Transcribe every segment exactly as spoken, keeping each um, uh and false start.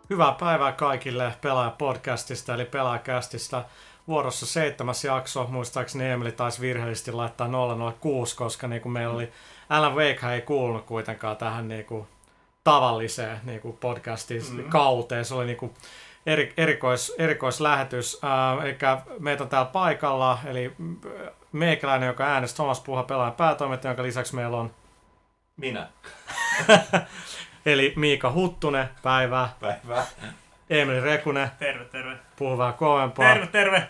Hyvää päivää kaikille Pelaaja-podcastista eli Pelaajakästistä. Vuorossa seitsemäs jakso. Muistaakseni Emeli taisi virheellisesti laittaa nolla nolla kuusi, koska niin kuin meillä oli Alan Wake ei kuulunut kuitenkaan tähän niin kuin tavalliseen niin kuin podcastin mm-hmm. kauteen. Se oli niin kuin eri, erikois, erikoislähetys. Äh, eli meitä on täällä paikalla, eli meikäläinen, joka äänestä Thomas Puha Pelaajan päätoimittaja, jonka lisäksi meillä on minä. Eli Miika Huttunen, päivää. Päivää. Emeli Rekunen. Terve, terve. Puhu vähän kovempaa. Terve, terve.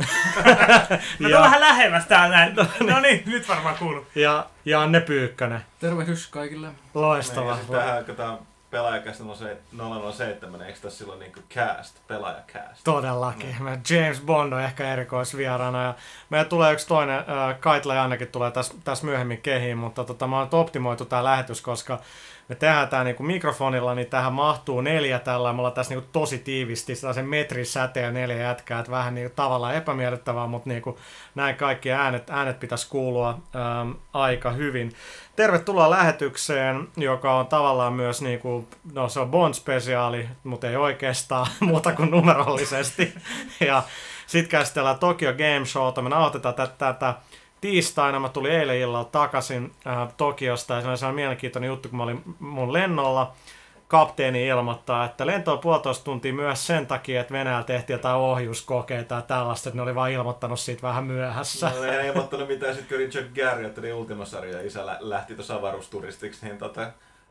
No ja... vähän lähemmäs tää näin. No niin, nyt varmaan kuuluu. Ja Janne Pyykkönen. Tervehdys kaikille. Loistava. Ja sitten tähän, kun tää on Pelaajakästä nolla nolla seitsemän, eikö tässä silloin niinku cast, Pelaajakäst? Todellakin. Mm. James Bond on ehkä erikoisvieraana. Ja meillä tulee yksi toinen, äh, Kaitla ja Annekin tulee tässä täs myöhemmin kehiin, mutta tota, mä oon optimoitu tää lähetys, koska me tehdään tää niinku mikrofonilla, niin tähän mahtuu neljä tällä. Me ollaan tässä niinku tosi tiivisti, sellaisen metrin säteen neljä jätkää, että vähän niinku tavallaan epämiellyttävää, mutta niinku näin kaikki äänet, äänet pitäisi kuulua ähm, aika hyvin. Tervetuloa lähetykseen, joka on tavallaan myös niinku, no se on Bond-spesiaali, mutta ei oikeastaan muuta kuin numerollisesti. Ja sit käsitellään Tokyo Game Showta, me nauhoitetaan tätä, tätä tiistaina. Mä tulin eilen illalla takaisin äh, Tokiosta ja se oli sellainen mielenkiintoinen juttu, kun mä olin mun lennolla. Kapteeni ilmoittaa, että lento on puolitoista tuntia myös sen takia, että Venäjällä tehtiin jotain ohjuskokeita ja tällaista, että ne oli vaan ilmoittanut siitä vähän myöhässä. No ei ilmoittanut mitään, sitten kun Richard Garriott, eli Ultima-sarja isä lä- lähti tuossa avaruusturistiksi, niin tota,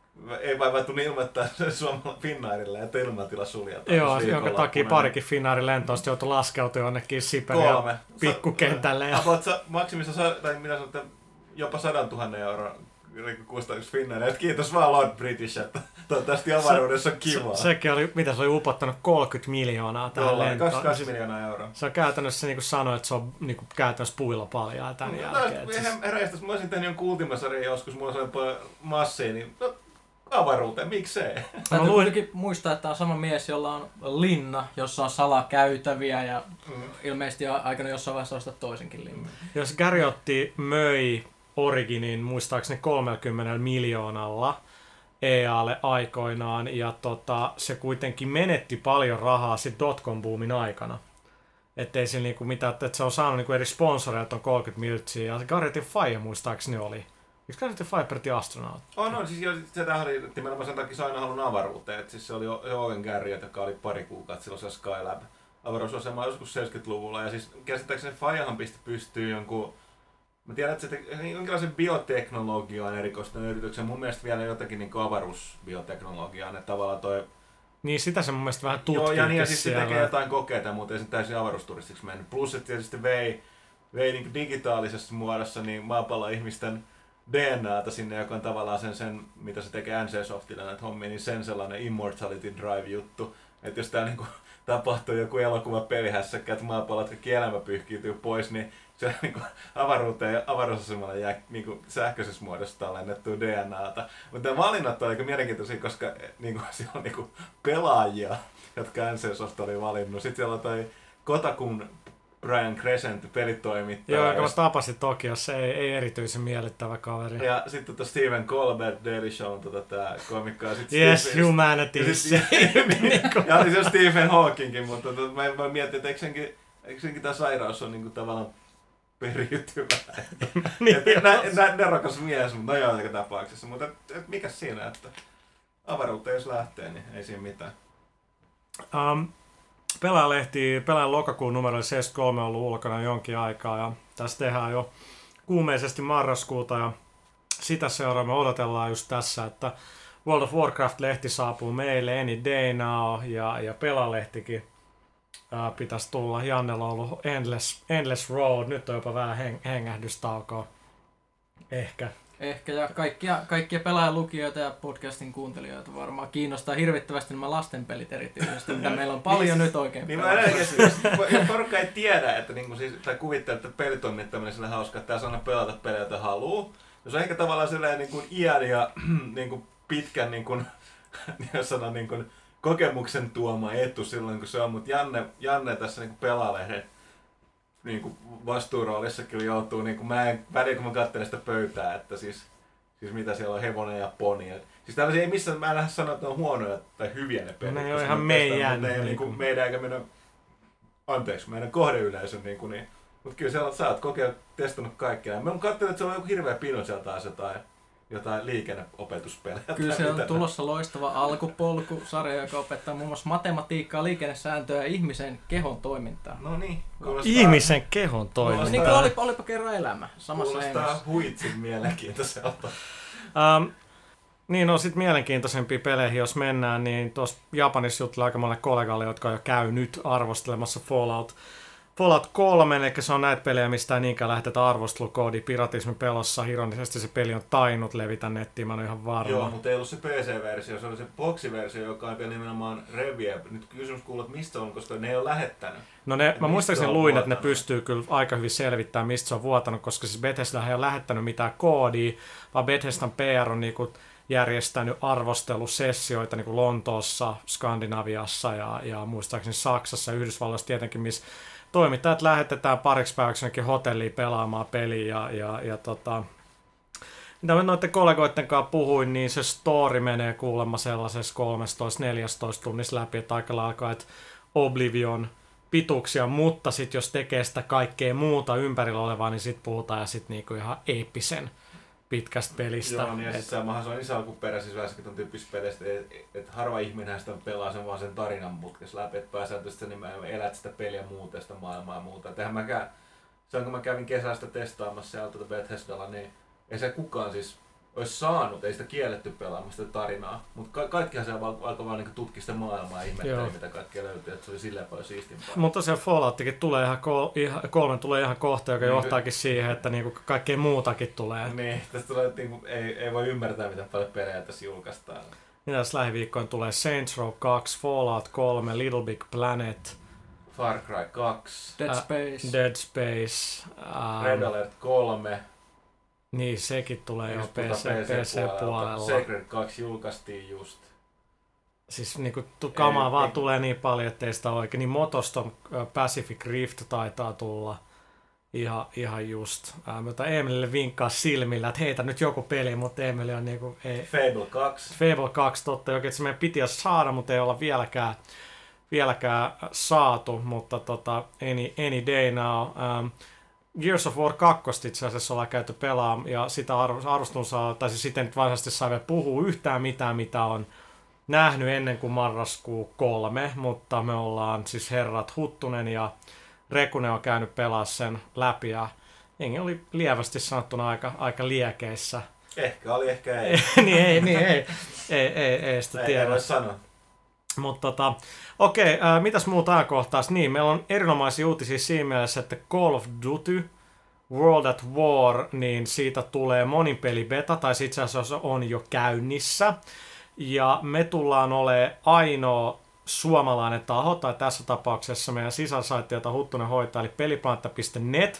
ei vain vain ilmoittaa Suomella Finnairille, että ilmatila suljetaan. Joo, jonka takia parikin Finnairin lentoa sitten joutui laskeutua jonnekin Siperian pikkukentälle. Ja... Sa- maksimissa, tai minä sanon, että jopa sadan tuhannen euroa kustannus Finnairille. Kiitos vaan Lord British, että toivottavasti avaruudessa on kivaa. Se, sekin oli, mitä se oli upottanut kolmekymmentä miljoonaa tähän lentoon. kaksikymmentäkaksi miljoonaa euroa. Se on käytännössä, niin kuin sanoin, että se on niin kuin käytännössä puilla paljaa tämän no, jälkeen. No, siis... Heräistä, mä olisin tehnyt jonkun Ultima-sarjan joskus, mulla on paljon massia, niin no, avaruuteen, miksei? Täytyy luin... kuitenkin muistaa, että tämä on sama mies, jolla on linna, jossa on salakäytäviä ja mm. ilmeisesti aikana jossain vaiheessa ostaa toisenkin linnan. Jos Garriotti möi Originin muistaakseni kolmekymmentä miljoonalla E A:lle aikoinaan ja tota, se kuitenkin menetti paljon rahaa sit dotcom-boomin aikana. Ettei sillä niinku mitään, että se on saanut niinku eri sponsoreilta on kolmekymmentä miltsiä ja Garriotin faija muistaakseni oli. Eikö Garriotin faija peräti astronautti? Oh, no, siis jo, se tähän oli nimenomaan sen takia se aina halunnut avaruuteen. Et siis se oli Owen Garriott, joka oli pari kuukautta silloin se Skylab avaruusasema joskus seitsemänkymmentäluvulla. Ja siis käsittääkseni faijahan pisti pystyy jonkun. Mä tiedän, että se te- jonkinlaisen bioteknologiaan erikoistunut yrityksen. Mun mielestä vielä jotakin niin avaruusbioteknologiaan, että tavallaan toi... Niin, sitä se mun mielestä vähän tutkii. Joo, ja niin, ja siis se tekee jotain kokeita, mutta ei se täysin avaruusturistiksi mennyt. Plus, että tietysti vei, vei niin digitaalisessa muodossa niin maapallon ihmisten D N A:ta sinne, joka on tavallaan sen, sen mitä se tekee N C Softilla näitä hommia, niin sen sellainen Immortality Drive-juttu. Että jos tää niin tapahtuu joku elokuva pelihässäkkä, että maapallot kaikki elämä pyyhkiytyy pois, niin se niin avaruuteen ja avaruusasemalle jää niin sähköisessä muodossa tallennettua D N A:ta. Mutta nämä valinnat on aika mielenkiintoisia, koska niin kuin, siellä on niin pelaajia, jotka N C Soft oli valinnut. Sitten siellä on toi Kotakun Brian Crescent, pelitoimittaja. Joo, joka mä tapasin Tokiossa, ei, ei erityisen miellyttävä kaveri. Ja sitten tota Stephen Colbert, Daily Show, tota tää komikko. Yes, Stephen, humanities. Ja, sit, ja oli se Stephen Hawkingin, mutta tota, mä, mä mietin, että eikö senkin, eikö senkin tää sairaus on niinku tavallaan periytyvä. niin, nä, nä, nerokas mies, mutta no joo, joka tapauksessa. Mutta et, et mikäs siinä, että avaruuteen jos lähtee, niin ei siinä mitään. Um, Pelaajalehti, Pelaajan lokakuun numero seitsemänkymmentäkolme on ollut ulkona jonkin aikaa ja tässä tehdään jo kuumeisesti marraskuuta ja sitä seuraamme odotellaan just tässä, että World of Warcraft-lehti saapuu meille any day now ja, ja Pelaajalehtikin ää, pitäisi tulla. Jannella on ollut Endless, Endless Road, nyt on jopa vähän heng, hengähdystaukoa. Ehkä. Ehkä, ja kaikkia, kaikkia pelaajalukijoita ja podcastin kuuntelijoita varmaan kiinnostaa hirvittävästi nämä lastenpelit erityisesti, mitä meillä on paljon nyt oikein. Niin mä jos, jos porukka ei tiedä, että niinku siis, tai kuvittelee, että pelitoimittaminen on sillä hauskaa, että tää saa pelata pelejä, joita haluu. Jos on ehkä tavallaan sellainen niin kuin iän ja niin kuin pitkän niin kuin, jos sanon, niin kuin, kokemuksen tuoma etu silloin, kun se on, mutta Janne, Janne tässä niin kuin Pelaalehden niin kuin vastuuroolissakin joutuu, niin kuin mä en, välillä kun mä katselen sitä pöytää, että siis Siis mitä siellä on, hevonen ja poni. Siis tällaisia ei missään, mä en lähde sanoa, että ne on huonoja tai hyviä ne pelit. Ne ei ole ihan meidän. Ne ei ole niinku meidän eikä meidän, anteeksi, meidän kohdeyleisön niinku niin. Mut kyllä siellä sä oot kokeillut, testannut kaikkea. Mä oon katsellut, että se on joku hirveä pino sieltä taas jotain, jotain liikenneopetuspelejä. Kyllä se on tulossa loistava alkupolku-sarja, joka opettaa muun muassa matematiikkaa, liikennesääntöä ja ihmisen kehon toimintaa. No niin. Ihmisen kehon toimintaa. Niin kuin olipa, olipa kerran elämä samassa kuulostaa hengessä. huitsin mielenkiintoiselta. Um, niin, no sit mielenkiintoisempia peleihin, jos mennään, niin tuossa Japanissa juttelee aika monelle kollegalle, jotka jo käy nyt arvostelemassa Fallout. Fallout kolme, eli se on näitä pelejä, mistä ei niinkään lähdetä arvostelukoodi piratismin pelossa. Ironisesti se peli on tainnut levitä nettiin, mä en ole ihan varma. Joo, mutta ei ollut se P C-versio, se oli se boksiversio, joka on vielä nimenomaan reviä. Nyt kysymys kuuluu, että mistä on, koska ne ei ole lähettänyt. No ne, mä muistaakseni luin, että ne pystyy kyllä aika hyvin selvittämään, mistä se on vuotanut, koska siis Bethesda ei ole lähettänyt mitään koodia, vaan Bethesdan P R on niinku järjestänyt arvostelusessioita niin kuin Lontoossa, Skandinaviassa ja, ja muistaakseni Saksassa ja Yhdysvalloissa tietenkin, missä toimittajat lähetetään pariksi päiväksi jonnekin hotelliin pelaamaan peliä ja, ja, ja tota, mitä mä noiden kollegoiden kanssa puhuin, niin se story menee kuulemma sellaisessa kolmetoista neljätoista tunnissa läpi, että aika lailla, että Oblivion pituuksia, mutta sitten jos tekee sitä kaikkea muuta ympärillä olevaa, niin sitten puhutaan ja sitten niinku ihan eeppisen pitkästä pelistä. Joo, niin ja siis samahan se on niin alkuperäisissä vässäkin on tyyppisistä peleistä, että et harva ihminen sitä pelaa sen vaan sen tarinan putkessa läpi, että pääsääntöisesti niin elät sitä peliä muuta, sitä maailmaa ja muuta. Et eihän mäkään, se on kun mä kävin kesästä testaamassa siellä tuota Bethesdalla, niin ei se kukaan siis olisi saanut, ei sitä kielletty pelaamaan sitä tarinaa, mutta ka- kaikkihan se alkoi vaan niinku tutkia sitä maailmaa ja ihmetteli, mitä kaikkea löytyy, että se oli silleen paljon siistimpää. Mutta se Fallouttikin tulee ihan, ko- ihan, kolmen tulee ihan kohta, joka niin, johtaakin siihen, että niinku kaikkea muutakin tulee. Niin, tästä tulee, että niinku, ei, ei voi ymmärtää, miten paljon pelejä tässä julkaistaan. Niin tässä lähiviikkoin tulee Saints Row kaksi, Fallout kolme, Little Big Planet, Far Cry kaksi, Dead Space, uh, Dead Space, um, Red Alert kolme. Niin, sekin tulee jo P C-puolella. Sacred kaksi julkaistiin just. Siis niinku kamaa ei, vaan ei. tulee niin paljon, ettei sitä oikein. Niin Motoston Pacific Rift taitaa tulla ihan, ihan just. Ää, mutta Emilille vinkkaa silmillä, että heitä nyt joku peli, mutta Emili on niinku... Ei, Fable kaksi. Fable kaksi, totta. Oikein, että se meidän piti saada, mutta ei olla vieläkään, vieläkään saatu, mutta tota, any, any day now. Um, Gears of War kaksi itse asiassa ollaan käyty pelaamaan ja sitä arvostelun saa, tai siis sitten nyt varsinaisesti saa vielä puhua yhtään mitään, mitä on nähnyt ennen kuin marraskuu kolme, mutta me ollaan siis herrat Huttunen ja Rekunen on käynyt pelaa sen läpi ja jengi oli lievästi sanottuna aika, aika liekeissä. Ehkä oli, ehkä ei. niin ei, niin ei, ei, ei, ei sitä ei, tiedä. ei voi sanoa. Mutta tota, okei, ää, mitäs muuta ajankohtaista? Niin, meillä on erinomaisia uutisia siinä mielessä, että Call of Duty World at War, niin siitä tulee monin peli beta, tai itse asiassa on jo käynnissä. Ja me tullaan olemaan ainoa suomalainen taho, tai tässä tapauksessa meidän sisäsaitti, jota Huttunen hoitaa, eli peliplaneetta piste net,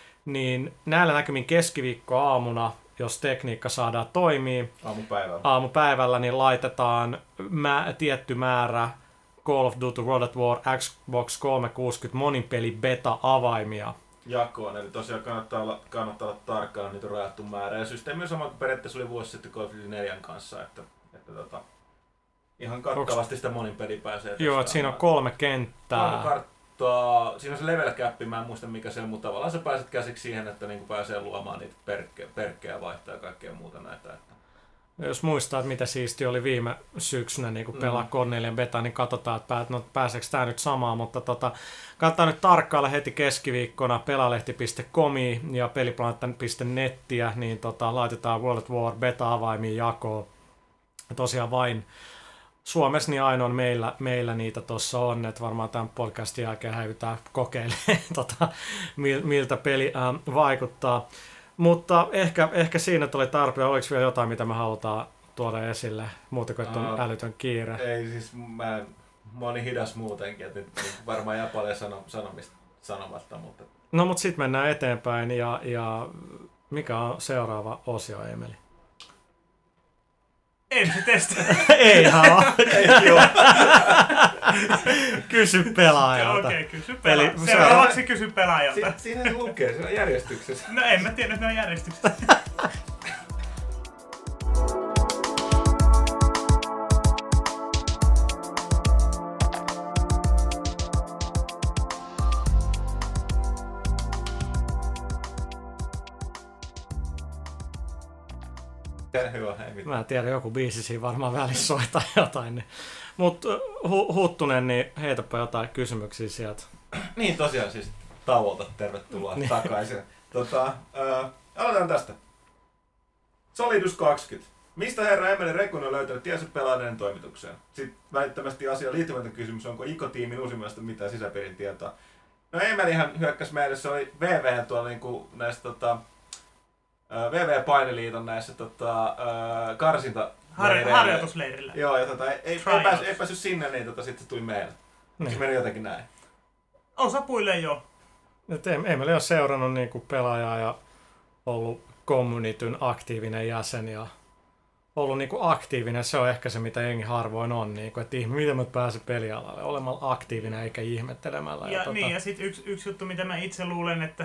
niin näillä näkymin keskiviikkoaamuna, jos tekniikka saadaan toimii, aamupäivällä, aamupäivällä niin laitetaan mä, tietty määrä Call of Duty World at War Xbox kolmesataakuusikymmentä monin peli beta-avaimia jakoon, eli tosiaan kannattaa olla, kannattaa olla tarkkana, niitä on rajattu määrä. Ja systeemi on sama kuin periaatteessa oli vuosi sitten Call of Duty neljä kanssa, että, että tota, ihan kattavasti sitä monin peli pääsee. Joo, että siinä on kolme kenttää. Kolme karttaa, siinä on se level cap, mä en muista mikä se on, mutta tavallaan sä pääset käsiksi siihen, että niinku pääsee luomaan niitä perkkejä, perkkejä vaihtaa ja kaikkea muuta näitä. Että jos muistaa, että mitä siisti oli viime syksynä niin pelaa mm. Cornelian beta, niin katsotaan, että pää, no, pääseekö tämä nyt samaan, mutta tota, kannattaa nyt tarkkailla heti keskiviikkona pelalehti piste com ja peliplaneetta piste net, niin tota, laitetaan World at War beta-avaimiin jakoon. Ja tosiaan vain Suomessa niin ainoa meillä, meillä niitä tuossa on, että varmaan tämän podcastin jälkeen häivytään kokeilemaan, tota, miltä peli äh, vaikuttaa. Mutta ehkä, ehkä siinä tuli tarpeen. Oliko vielä jotain, mitä me halutaan tuoda esille? Muuta kuin, että on uh, älytön kiire. Ei siis, mä, mä olin hidas muutenkin, että nyt varmaan jää paljon sano, sanomista sanomatta. Mutta... No mutta sitten mennään eteenpäin ja, ja mikä on seuraava osio, Emeli? Ensitesti. Eihän ole. Ei ole. Kysy pelaajalta. Okei, okay, kysy pelaajalta. Seuraavaksi kysy pelaajalta. Si- siinä se lukee, se on järjestyksessä. No en mä tiedä, että ne on järjestyksessä. Joo, ei mitään. Mä en tiedä, joku biisi siinä varmaan välissä soi tai jotain. Niin. Mutta hu- Huttunen, niin heitäpä jotain kysymyksiä sieltä. Niin tosiaan siis tauolta tervetuloa Niin. takaisin. Tota, äh, aloitetaan tästä. Solidus kaksikymmentä. Mistä herra Emeli Rekkonen on löytänyt tiensä pelaajan toimitukseen? Sitten välittömästi asiaan liittymätön kysymys, onko Iko-tiimin uusimmasta mitään sisäpiirin tietoa? No Emelihän hyökkäsi meille, se oli V V tuolla niinku näissä tota, V V-painiliiton näissä tota, karsinta Har- harjoitusleirillä. Joo, ja tota, ei, ei, ei, pääs, ei päässyt sinne, niin tota, sitten se tuli meille. Niin. Se meni jotenkin näin. Osapuille jo. Nyt ei, ei meillä ole seurannut niinku pelaajaa ja ollut communityn aktiivinen jäsen ja ollut niinku aktiivinen. Se on ehkä se, mitä jengi harvoin on. Niinku, että ihme, miten mä pääsen pelialalle olemalla aktiivinen eikä ihmettelemällä. Ja, Ja, ja, tota, niin, ja sitten yksi, yksi juttu, mitä mä itse luulen, että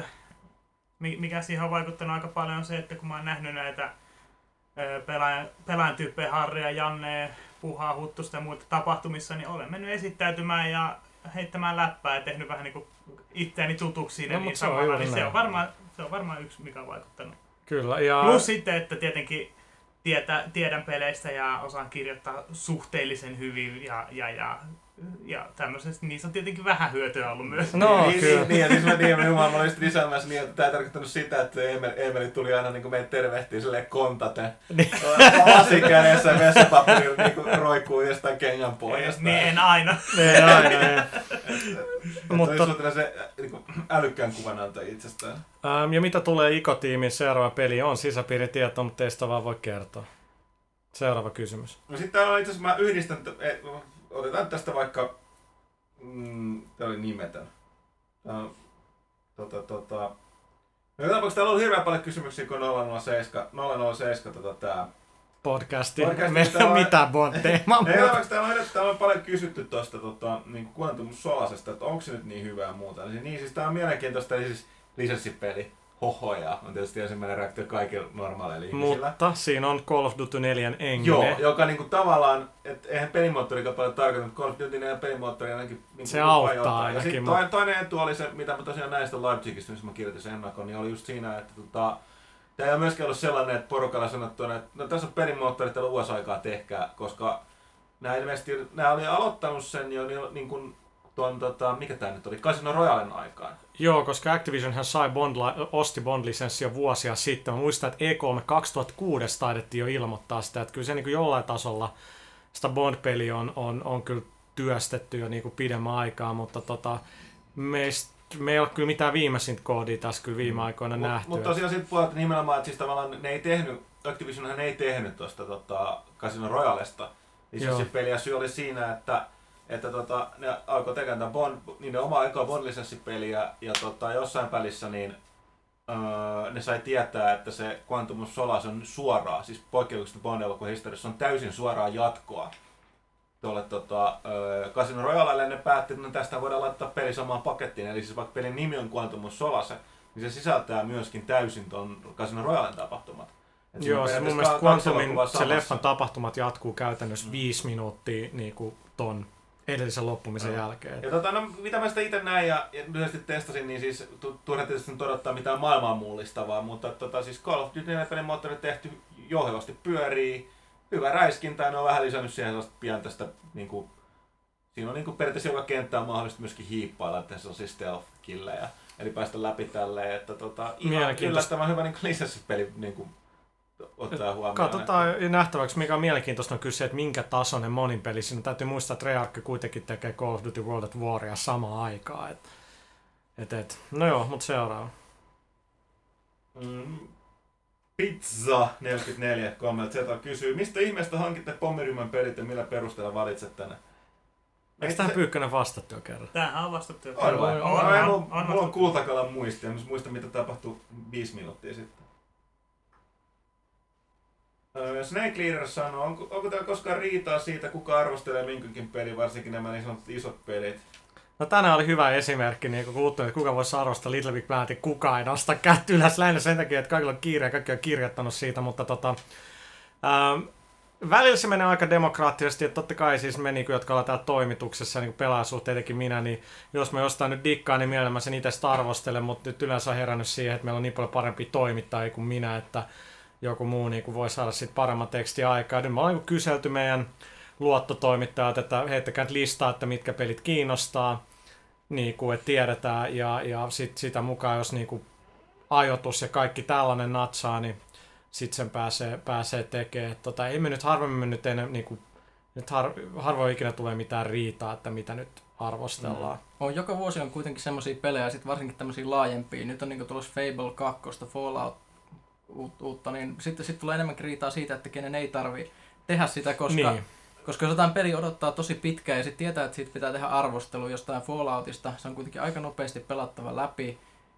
mikä siihen on vaikuttanut aika paljon on se, että kun mä oon nähnyt näitä pelaajan, pelaajan tyyppejä, Harria, Janne, Puhaa, Huttusta ja muita tapahtumissa, niin olen mennyt esittäytymään ja heittämään läppää ja tehnyt vähän niin kuin itseäni tutuksi siinä. No, niin mutta se on samalla, juuri niin se, näin. on varmaan, se on varmaan yksi, mikä on vaikuttanut. Kyllä. Ja, Plus sitten, että tietenkin tietä, tiedän peleistä ja osaan kirjoittaa suhteellisen hyvin ja, ja, ja, ja tämmöisestä. Niissä on tietenkin vähän hyötyä ollut myös. no niin, kyllä. niin, niin, ja siis mä tiedän, minun mä olin sitten lisäämässä niin, että tämä ei tarkoittanut sitä, että Emeli, Emeli tuli aina niin meitä tervehtiä silleen kontate. Lasi kädessä vessapaperilla niin roikkuu jostain kengän pohjasta. Niin en aina. Ei aina, ei. Mutta Mutta, se niin älykkään kuvan antaa itsestään. ähm, ja mitä tulee Iko-tiimin seuraava peli on sisäpiiritieto, mutta teistä vaan voi kertoa. Seuraava kysymys. No sitten täällä on itse asiassa, mä yhdistän, et, otetaan tästä vaikka, mm, tää oli nimetön. Uh, tota, tota, no tapauksessa täällä on hirveän paljon kysymyksiä, kun nolla nolla seitsemän, nolla nolla seitsemän tota, tää. Podcasti. Podcasti, Meillä tää ei on- ole mitään Bond-teemaa. Ei tapauksessa täällä on, täällä on paljon kysytty tuosta tota, niin Quantum Solasesta, että onko se nyt niin hyvää ja muuta. Niin, niin siis tää on mielenkiintoista, eli siis lisenssipeli. Hohoja on tietysti ensimmäinen reaktio kaikilla normaaleilla ihmisillä. Mutta siinä on Call of Duty neljä engine. Joo, joka niinku tavallaan, et eihän pelimoottorikaan paljon tarkoita, mutta Call of Duty neljä pelimoottori ainakin niinku Se auttaa jotain. Ja ainakin, sitten mutta- toinen, toinen etu oli se, mitä mä tosiaan näin sitä Leipzigistä, missä mä kirjoitin sen ennakon, niin oli just siinä, että tota, tää ei ole myöskään ollut sellainen, että porukalla sanottu, että no tässä on pelimoottori, täällä on vuosi aikaa tehkää, koska nämä ilmeisesti, nämä oli aloittanut sen jo niin, niin kuin tuon, tota, mikä tää nyt oli, Casino Royalen aikaan. Joo, koska Activisionhan sai Bond, osti Bond-lisenssia vuosia sitten. Mä muistan, että E kolme kaksituhattakuusi taidettiin jo ilmoittaa sitä, että kyllä se niin kuin jollain tasolla sitä Bond-peliä on, on, on kyllä työstetty jo niin kuin pidemmän aikaa, mutta tota, meistä, me ei ole kyllä mitään viimeisintä koodia tässä kyllä viime aikoina Mut, nähty. Mutta tosiaan siitä puolelta nimenomaan, että siis tavallaan ne ei tehnyt, Activisionhan ei tehnyt tuosta tota, Casino Royalesta lisenssipeliä. Syy oli siinä, että että tota, ne alkoi tekemään Bond, niin ne oma eka Bond-lisenssipeliä ja tota, jossain välissä niin öö, ne sai tietää, että se Quantum of Solace on suoraa, siis poikkeuksesta Bond-elokuvan historiassa on täysin suoraa jatkoa tuolle tota, öö, Casino Royalelle. Ne päätti, että no, tästä voidaan laittaa peli samaan pakettiin, eli siis vaikka pelin nimi on Quantum of Solace, niin se sisältää myöskin täysin tuon Casino Royalen tapahtumat. Et siinä Joo, on siis mun periaatteessa mielestä kaksi Quantumin elokuvaa se samassa. leffan tapahtumat jatkuu käytännössä Mm. viisi minuuttia niin kuin ton edellisen loppumisen Joo. jälkeen. Ja tota, no, mitä mä sitä itse näin ja, ja lyhyesti testasin, niin siis tu- turha tietysti nyt odottaa mitään maailmaa mullistavaa, mutta tota, siis Call of Duty neljä pelin moottori tehty jouhevasti pyörii, hyvä räiskintä, ja ne on vähän lisännyt siihen sellaista pientä sitä, niinku, siinä on niinku periaatteessa joka kenttä on mahdollista myöskin hiippailla, että se on siis stealth-killejä, eli päästä läpi tälleen, että tota, ihan Mielenkiintoista. yllättävän hyvä niinku lisenssipeli niinku, ottaa huomioon. Katsotaan ja nähtäväksi, mikä on mielenkiintoista on kyllä se, että minkä tasoinen monin peli. Siinä täytyy muistaa, että Treyarch kuitenkin tekee Call of Duty World at Waria samaan aikaan. Et, et, et. No joo, mutta seuraava. Mm. Pizza neljäkymmentäneljä kolmelta Zeta kysyy, mistä ihmeestä hankitte pommiryhmän pelit ja millä perusteella valitsette ne? Eikö tähän Pyykkönen vastattu jo kerran? Tämähän on vastattu jo. On vai? On, On, on, on, on, on, on mulla on vastattu. kultakalan muistia, en muista mitä tapahtui viisi minuuttia sitten. Öö, Snake Leader sanoo, onko, onko täällä koskaan riitaa siitä, kuka arvostelee minkäkin peli, varsinkin nämä niin sanotut isot pelit? No tänään oli hyvä esimerkki, niin kun puhuttiin, että kuka voisi arvostaa Little Big Planetin, kukaan ei nosta kättä ylös lähinnä sen takia, että kaikilla on kiire ja kaikki on kirjoittanut siitä, mutta tota, ähm, välillä se menee aika demokraattisesti, että totta kai siis me, niin kuin, jotka ollaan täällä toimituksessa, niin pelaajasuhteet, etenkin minä, niin jos mä jostain nyt dikkaan, niin mielellä mä sen itse arvostelen, mutta nyt yleensä on herännyt siihen, että meillä on niin paljon parempia toimittajia kuin minä, että joku muu niin kuin voi saada sit paremman tekstin aikaa. Nyt me ollaan niin kyselty meidän luottotoimittajat, että heittäkää listaa, että mitkä pelit kiinnostaa, niin kuin, että tiedetään, ja, ja sit sitä mukaan, jos niin kuin ajoitus ja kaikki tällainen natsaa, niin sitten sen pääsee, pääsee tekemään. Tota, ei me nyt harvemmin nyt enää, niin kuin, nyt har, harvoin ikinä tulee mitään riitaa, että mitä nyt arvostellaan. Mm. On, joka vuosi on kuitenkin semmoisia pelejä, sit varsinkin tämmöisiä laajempia. Nyt on niinku tulossa Fable kaksi, Fallout uutta, niin sitten sit tulee enemmän riitaa siitä, että kenen ei tarvi tehdä sitä, koska, niin. koska jos jotain peli odottaa tosi pitkään ja sitten tietää, että siitä pitää tehdä arvostelu jostain Falloutista, se on kuitenkin aika nopeasti pelattava läpi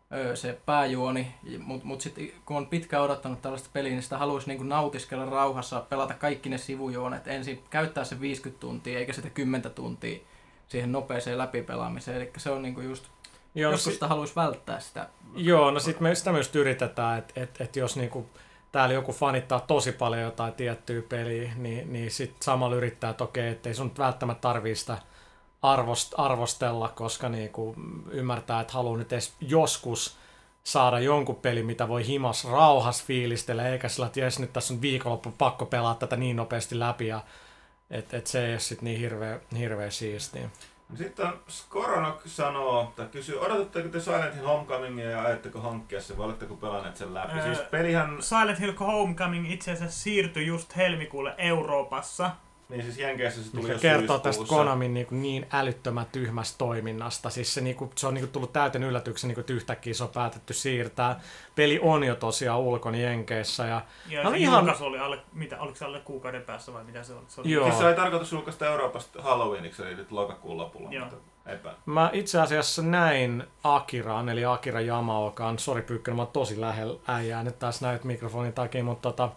se pääjuoni, mutta mut sitten kun on pitkään odottanut tällaista peliä, niin sitä haluaisi niinku nautiskella rauhassa, pelata kaikki ne sivujuonet, ensin käyttää se viisikymmentä tuntia eikä sitä kymmenen tuntia siihen nopeeseen läpipelaamiseen, eli se on niinku just, joo, joskus si- sitä haluaisi välttää sitä. Joo, no sitten me sitä myös yritetään, että et, et jos niinku täällä joku fanittaa tosi paljon jotain tiettyä peliä, niin, niin sitten samalla yrittää, että okei, ettei sun välttämättä tarvii sitä arvost, arvostella, koska niinku ymmärtää, että haluaa nyt edes joskus saada jonkun pelin, mitä voi himas rauhas fiilistellä, eikä sillä, että jes, nyt tässä on viikonloppu pakko pelaa tätä niin nopeasti läpi, ja että et se ei ole sitten niin hirveä, hirveä siistiä. Sitten Skoronok sanoo, tai kysyy, odotatteko te Silent Hill Homecomingia ja ajatteko hankkia sen, vai oletteko pelanneet sen läpi? Öö, siis pelihän... Silent Hill Homecoming itse asiassa siirtyi just helmikuulle Euroopassa. Niin siis Jenkeissä se tuli mikä jo kertoo tästä syyskuussa. Konamin niin, niin älyttömän tyhmästä toiminnasta. Siis se, niin kuin, se on niin kuin tullut täyten yllätyksen, niin kuin, että yhtäkkiä se on päätetty siirtää. Peli on jo tosiaan ulkona Jenkeissä. Ja, ja no se ihan... julkaisu oli alle, mitä, oliko se alle kuukauden päässä vai mitä se oli? Se oli Joo. Siis se oli tarkoitus julkaista Euroopasta Halloweeniksi, eli nyt lokakuun lopulla, Joo. mutta eipä. Mä itse asiassa näin Akiraan, eli Akira Yamaokan. Sori Pyykkönen, mä oon tosi lähellä äijää nyt taas näyt mikrofonin takia, mutta tota...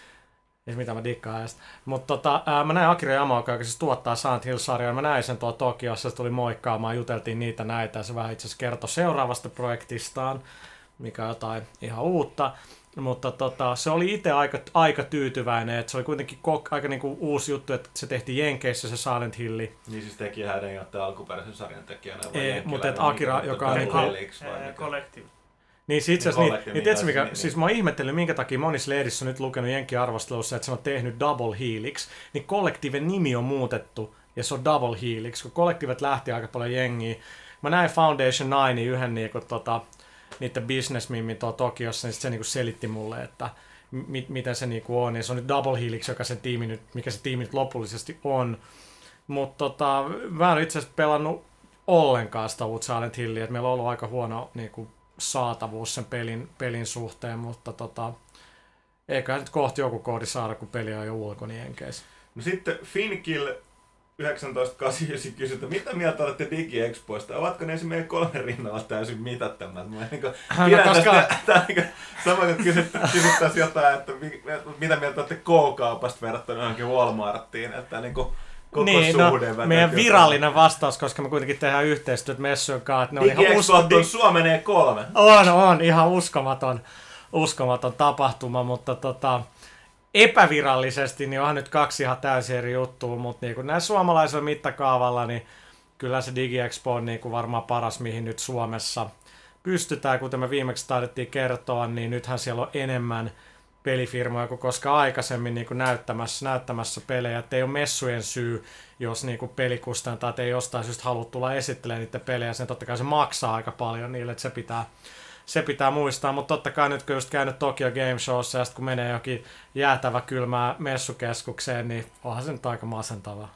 Ei mitä mä dikkaan edes. Mutta tota, ää, mä näin Akira Yamaoka, joka siis tuottaa Silent Hill-sarjaa. Mä näin sen tuolla Tokiossa, se tuli moikkaamaan, juteltiin niitä näitä. Ja se vähän itse asiassa kertoi seuraavasta projektistaan, mikä on jotain ihan uutta. Mutta tota, se oli itse aika, aika tyytyväinen, että se oli kuitenkin kok, aika niinku uusi juttu, että se tehtiin Jenkeissä se Silent Hilli. Niin siis tekijähän ei ole alkuperäisen sarjan tekijänä. Ei, mutta et Akira, joka on niinku... Collective. Niin siis itse asiassa, niin, niin, tiedätkö mikä, niin, siis mä oon ihmetellyt, minkä takia monissa lehdissä on nyt lukenut Jenkki-arvostelussa, että se on tehnyt Double Helix, niin Collectiven nimi on muutettu, ja se on Double Helix, kun Collectivet lähti aika paljon jengiä. Mä näin Foundation Nine yhden niinku, tota, niiden businessmimmin tuolla Tokiossa, niin se niinku selitti mulle, että mi- miten se niinku on, ja se on nyt Double Helix, joka sen tiimi nyt, mikä se tiimi nyt lopullisesti on. Mutta tota, mä en itse asiassa pelannut ollenkaan sitä uutta Silent Hillia, että meillä on ollut aika huono niinku, saatavuus sen pelin, pelin suhteen, mutta tota, eiköhän nyt kohti joku koodi saada, kun peli on jo ulkona Jenkeissä. No sitten Finkill yhdeksäntoista kahdeksankymmentäyhdeksän kysyi, että mitä mieltä olette DigiExpoista? Ovatko ne esimerkiksi kolmen rinnalla täysin mitättömät? Mä niin pidän no, koska... tästä, niin sama kuin kysyttäisiin jotain, että mitä mieltä olette K-kaupasta verrattuna johonkin Walmartiin, että niin kuin koko niin, suhde. No, meidän virallinen vastaus, koska me kuitenkin tehdään yhteistyötä messujen kanssa. DigiExpo on Suomen E kolme. On, on. Ihan uskomaton, uskomaton tapahtuma, mutta tota, epävirallisesti niin onhan nyt kaksi ihan täysin eri juttua, mutta niin näin suomalaisella mittakaavalla, niin kyllä se DigiExpo on niin varmaan paras, mihin nyt Suomessa pystytään. Kuten me viimeksi taidettiin kertoa, niin nythän siellä on enemmän pelifirmoja kuin koskaan aikaisemmin niin kuin näyttämässä, näyttämässä pelejä. Et ei ole messujen syy, jos niin kuin pelikustantajat ei jostain syystä halua tulla esittelemään niitä pelejä. Sen totta kai se maksaa aika paljon niille, että se pitää, se pitää muistaa. Mutta totta kai nyt kun just käynyt Tokyo Game Showssa ja sitten kun menee jokin jäätävä kylmää messukeskukseen, niin onhan se nyt aika masentavaa.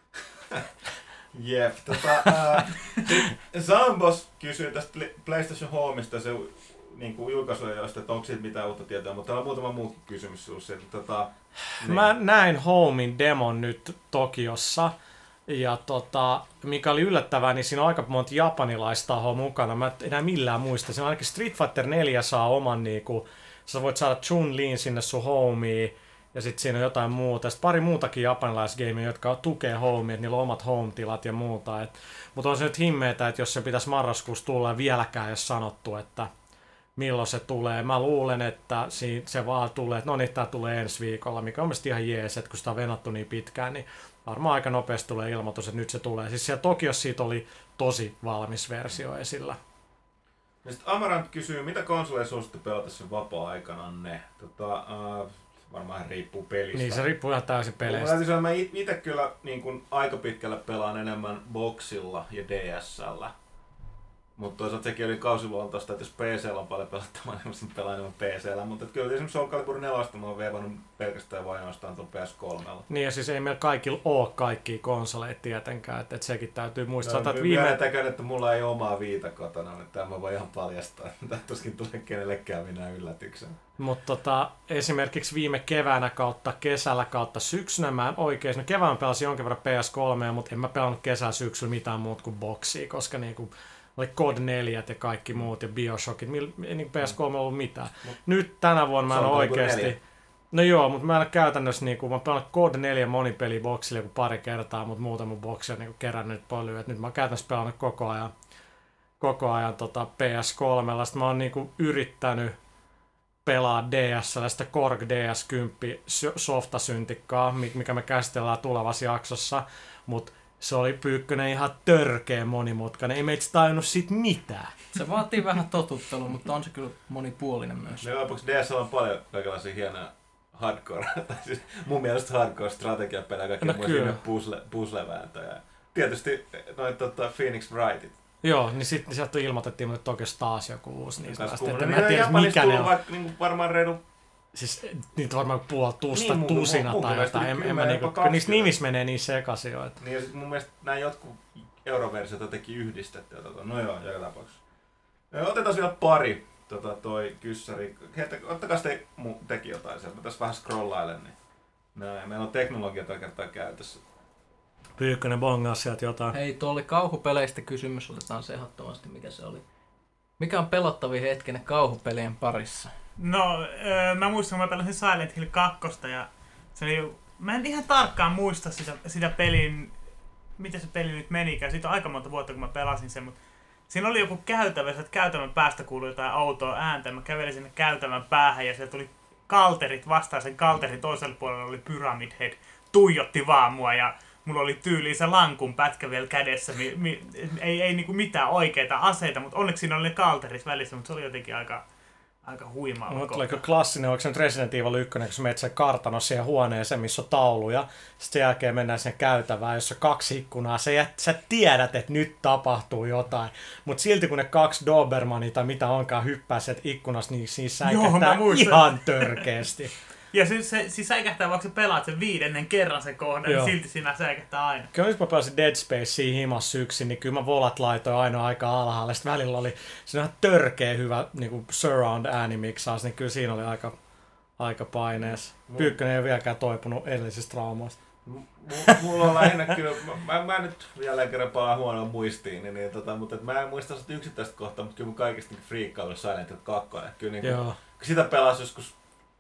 Jep. Tota, äh, Zambos kysyy tästä PlayStation Homeista, se niin kuin julkaisuja joista, että onko siitä mitään uutta tietoa, mutta täällä on muutama muukin kysymys sinussa. Tota, niin. Mä näin Homein demon nyt Tokiossa, ja tota, mikä oli yllättävää, niin siinä on aika monta japanilaistahoa mukana. Mä en enää millään muista. Siinä ainakin Street Fighter neljä saa oman, niinku, sä voit saada Chun-Liin sinne sun Homeen, ja sitten siinä on jotain muuta. Sitten pari muutakin japanilaisgameja, jotka tukee Homea, että niillä on omat home-tilat ja muuta. Et, mutta on se nyt himmeetä, että jos se pitäisi marraskuussa tulla, vieläkään ei ole sanottu, että milloin se tulee. Mä luulen, että se vaan tulee, että no niin, tää tulee ensi viikolla, mikä on mielestäni ihan jees, että kun sitä on venattu niin pitkään, niin varmaan aika nopeasti tulee ilmoitus, että nyt se tulee. Siis siellä Tokiossa siitä oli tosi valmis versio esillä. Ja sitten Amarant kysyy, mitä konsoleja suositte pelata sen vapaa-aikananne? Tota, uh, varmaan riippuu pelistä. Niin, se riippuu ihan täysin peleistä. Mä täytyy sanoa, mä itse kyllä niin kun aika pitkälle pelaan enemmän boxilla ja D S L:llä. Mutta toisaalta sekin oli kausiluontoista, että jos P C:llä on paljon pelattavaa, niin mä pelaan enemmän P C:llä. Mutta kyllä esimerkiksi Soul Calibur neljä mä oon veivannut pelkästään vain ainoastaan tuon P S kolmella. Niin ja siis ei meillä kaikilla ole kaikkia konsoleita tietenkään, että et sekin täytyy muistaa. No, että viime... Myönnätäkään, että mulla ei omaa viita kotona, että tämä voi ihan paljastaa. Tämä tuskin tulee kenellekään minä yllätyksen. Mutta tota, esimerkiksi viime keväänä kautta kesällä kautta syksynä mä oikein, no kevään pelasin jonkin verran P S kolme, mutta en mä pelannut kesällä syksyllä mitään muuta kuin boksia, koska niinku oli Code neljä ja kaikki muut ja Bioshockit, ei niin P S kolme ollut mitään. Mm. Nyt tänä vuonna mä en oikeesti... No joo, mutta mä en ole käytännössä niinku, mä oon pelannut Code neljä monipeli boksille joku pari kertaa, mutta muuten mun boksi on niinku kerännyt paljon, et nyt mä oon käytännössä pelannut koko ajan, koko ajan tota P S kolmella, sitten mä oon niinku yrittänyt pelaa D S L:stä Korg D S kymmenen softasyntikkaa, mikä me käsitellään tulevassa jaksossa, mutta se oli Pyykkönen ihan törkeä monimutkainen, ei meitä tajunnut siitä mitään. Se vaatii vähän totuttelua, mutta on se kyllä monipuolinen myös. No lopuksi D S L on paljon kaikenlaisia hienoja hardcore, tai siis mun mielestä hardcore strategiapelejä, kaikkia no, muista puzzle, puzzlevääntöjä. Tietysti noin tota, Phoenix Wrightit. Joo, niin sitten sieltä ilmoitettiin, että toki taas joku uusi niistä. Että mä en tiedä, mikä ne on. Vaikka, niin varmaan reilu... Siis niitä varmaan puoli tusta niin, tusina tai jotain. En, en mä niinku, niissä nimissä menee niin sekaisin jo. Että... Niin ja sit mun mielestä nämä jotkut euroversiota teki yhdistetty. Tota, no joo, joka tapauksessa. Otetaan vielä pari tota, toi kyssäri. Heitä, ottakaa te, teki jotain sieltä. Mä tässä vähän scrollailen. Niin. Näin, meillä on teknologia tällä kertaa käytössä. Pyykkönen bongaa sieltä jotain. Hei, tuo oli kauhupeleistä kysymys. Otetaan se ehdottomasti, mikä se oli. Mikä on pelottavin hetkinen kauhupelien parissa? No, öö, mä muistan, kun mä pelasin Silent Hill kaksi ja se oli, mä en ihan tarkkaan muista sitä, sitä pelin, miten se peli nyt menikään. Siitä on aika monta vuotta, kun mä pelasin sen, mutta siinä oli joku käytävä, että käytävän päästä kuului jotain autoa ääntä. Mä kävelin sinne käytävän päähän ja sieltä tuli kalterit vastaan. Sen kalterin toisella puolella oli Pyramid Head. Tuijotti vaan mua ja mulla oli tyyliin se lankun pätkä vielä kädessä. Mi, mi, ei ei niinku mitään oikeita aseita, mutta onneksi siinä oli ne kalterit välissä, mutta se oli jotenkin aika... Aika huimaa. Mutta tulee klassinen, onko se nyt Resident Evil yksi, kun sä menet sen kartano siihen huoneeseen, missä on tauluja. Sitten sen jälkeen mennään sen käytävään, jossa on kaksi ikkunaa. Sä, sä tiedät, että nyt tapahtuu jotain. Mutta silti kun ne kaksi Dobermania tai mitä onkaan hyppää sieltä ikkunasta, niin siinä säikähtää ihan törkeästi. Ja siis, se, siis säikähtää, vaikka sä pelaat sen viidennen kerran sen kohdan, niin silti siinä säikähtää aina. Kyllä nyt mä pelasin Dead Spacea himassa yksin, niin kyllä mä volat laitoin aina aika alhaalle. Sitten välillä oli siinä ihan törkeä hyvä niin kuin surround äänimiksaus, niin kyllä siinä oli aika, aika paineessa. Pyykkönen ei ole vieläkään toipunut edellisistä traumoista. M- mulla on lähinnä kyllä, mä, mä, mä nyt jälleen kerran palaan huonoon muistiin, niin, niin, tota, mutta mä en muista sitä yksittäistä kohtaa, mutta kyllä mun kaikista niin friikkailu Silent Hill kaksi. Kyllä niin kuin, sitä pelasi joskus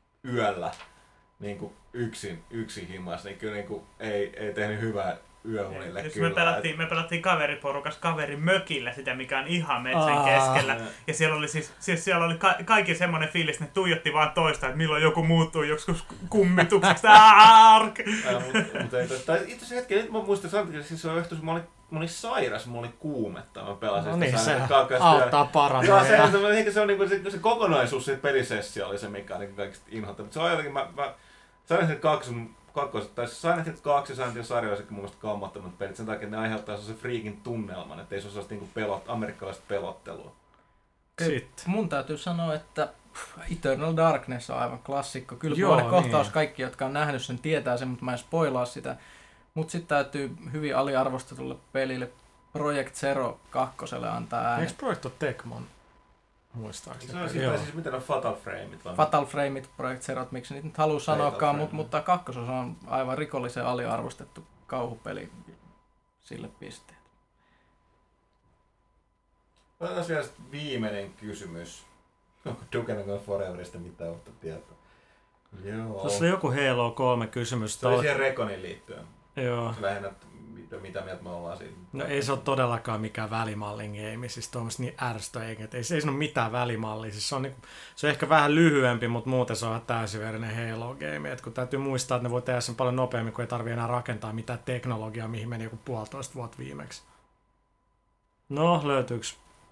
yöllä niin kuin yksin, yksin himas, niin kyllä niin kuin ei, ei tehnyt hyvää yöunille Jos kyllä. Me pelattiin, me pelattiin kaveriporukas kaverin mökillä sitä, mikä on ihan metsän keskellä. Ja, ja siellä oli siis, siis siellä oli ka- kaikki semmoinen fiilis, että ne tuijotti vaan toista, että milloin joku muuttuu joskus kummitukseksi. Ark! Mutta itse asiassa hetken, nyt mä muistan, että siis se on johtuisi, mä olin Mä olin sairas, mulla oli kuumetta, mä pelasin no niin, sitä se auttaa paraneja. Se, se, se, on niin se, se kokonaisuus, se pelisessio oli se, mikä on niin kaikista inhottava. Mutta se on jotenkin, mä, mä Silent Hill kaksi, kakkoset, tai Silent Hill kaksi ja Silent Hill sarja olisi mun mielestä kammottamat pelit sen takia, että ne aiheuttaa se freakin tunnelman, ettei se ole sellaista niin pelot, amerikkalaista pelottelua. Sitten. Mun täytyy sanoa, että Eternal Darkness on aivan klassikko. Kyllä Joo, kohtaus niin. Kaikki, jotka on nähnyt sen, tietää sen, mutta mä en spoilaa sitä. Mutta sitten täytyy hyvin aliarvostetulle pelille Project Zero kakkoselle antaa äänet. Eikö Project ole Tecmon? Muistaakseni. Se on siitä, siis miten on Fatal Frameit? Vai? Fatal Frameit, Project Zerot, miksi niitä nyt halua sanoakaan, mutta, mutta kakkososa on aivan rikollisen aliarvostettu kauhupeli sille pisteet. Otetaan vielä viimeinen kysymys. Onko Duke Nukem Foreverista mitään uutta tietoa? Joo. Tuossa oli joku Halo kolme kysymys. Se oli siihen Reconin liittyen. Joo. Se lähinnä, mitä, mitä mieltä me ollaan siitä. No ei se ole todellakaan mikään välimallin game, siis tuommoista niin ärstö, eikä, ei, ei se ole mitään välimallia. Siis se, on niinku, se on ehkä vähän lyhyempi, mutta muuten se on täysiverinen Halo game. Et kun täytyy muistaa, että ne voi tehdä sen paljon nopeammin, kun ei tarvitse enää rakentaa mitään teknologiaa, mihin meni joku puolitoista vuotta viimeksi. No, löytyykö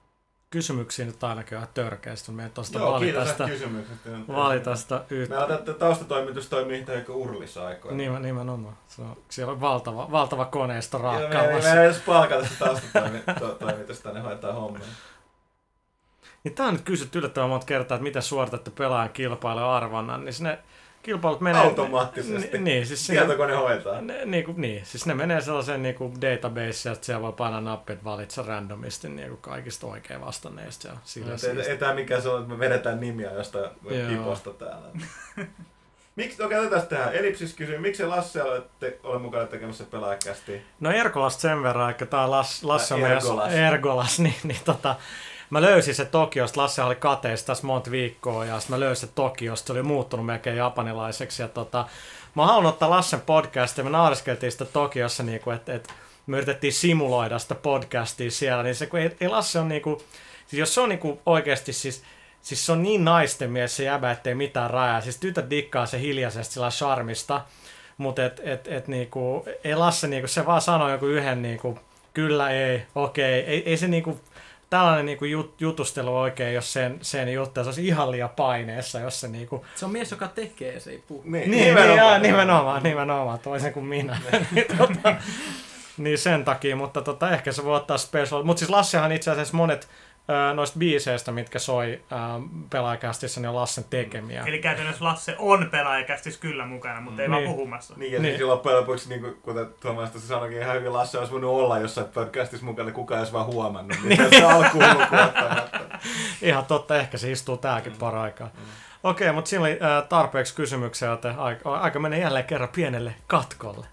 kysymyksiä nyt ainakin vähän törkeästi. Meidän tuosta Joo, valita kiitos sitä, kysymyksestä. valita sitä yhtä. Meillä on taustatoimitus toimii yhtä kuin Urlissa aikoina. Nimen, nimenomaan. Se on, siellä on valtava, valtava koneisto Joo, me, raakkaamassa. me ei edes palkata sitä taustatoimitusta, ne hoitaa hommia. Niin tää on nyt kysytty yllättävän monta kertaa, että miten suoritatte pelaajan kilpailu arvonnan, niin ne kilpailut menee... Automaattisesti. N- niin, siis Tietokone hoitaa. Ne, niin, kuin, niin, siis ne menee sellaiseen niin kuin database, että siellä voi painaa nappi, että valitse randomisti niin kuin kaikista oikein vastanneista. Ja sillä no, ei, ei tää mikään se on, että me vedetään nimiä jostain kiposta täällä. Miksi, okei, otetaan tähän. Elipsis kysyy, miksi Lasse olette ole mukana tekemässä pelaajakästiä? No Ergolasta sen verran, että tää Las, Lasse on Ergolas. meidän Ergolas, niin, niin tota, mä löysin se Tokiosta, Lasse oli kateissa tässä monta viikkoa, ja sitten mä löysin se Tokiosta, se oli muuttunut melkein japanilaiseksi, ja tota, mä haluan ottaa Lassen podcastia, me nauriskeltiin sitä Tokiossa, niin kuin, että, että me yritettiin simuloida sitä podcastia siellä, niin se kun ei, ei Lasse on niinku, siis jos se on niinku oikeasti siis, siis se on niin naisten mies se jäbä, ettei mitään rajaa, siis tytöt dikkaa se hiljaisesti sillä charmista, mutta et, et, et niinku, ei Lasse niinku, se vaan sanoo joku yhden niinku, kyllä, ei, okei, ei, ei se niinku, tällainen niinku jut, jutustelu oikein, jos sen, sen juttu, se olisi ihan liian paineessa, jos se niinku... Se on mies, joka tekee, se ei puhu. Niin, niin nimenomaan, nimenomaan, nimenomaan, toisen kuin minä. niin, tota, niin sen takia, mutta tota, ehkä se voi ottaa special. Mutta siis Lassehan itse asiassa monet ö, noista biiseistä, mitkä soi ö, pelaajakästissä, niin on Lassen tekemiä. Eli käytännössä Lasse on pelaajakästissä kyllä mukana, mutta ei niin. vaan puhumassa. Niin, ja niin. siis loppujen lopuksi, niin kuten Tuomas tuossa sanoikin, ihan hyvin Lasse olisi voinut olla jossain podcastissa mukana, kukaan ei olisi vaan huomannut. Niin se alkuun lukuottamatta. Ihan totta, ehkä se istuu tämäkin mm. paraikaa. Mm. Okei, mutta siinä oli äh, tarpeeksi kysymyksiä, joten aika, aika menee jälleen kerran pienelle katkolle.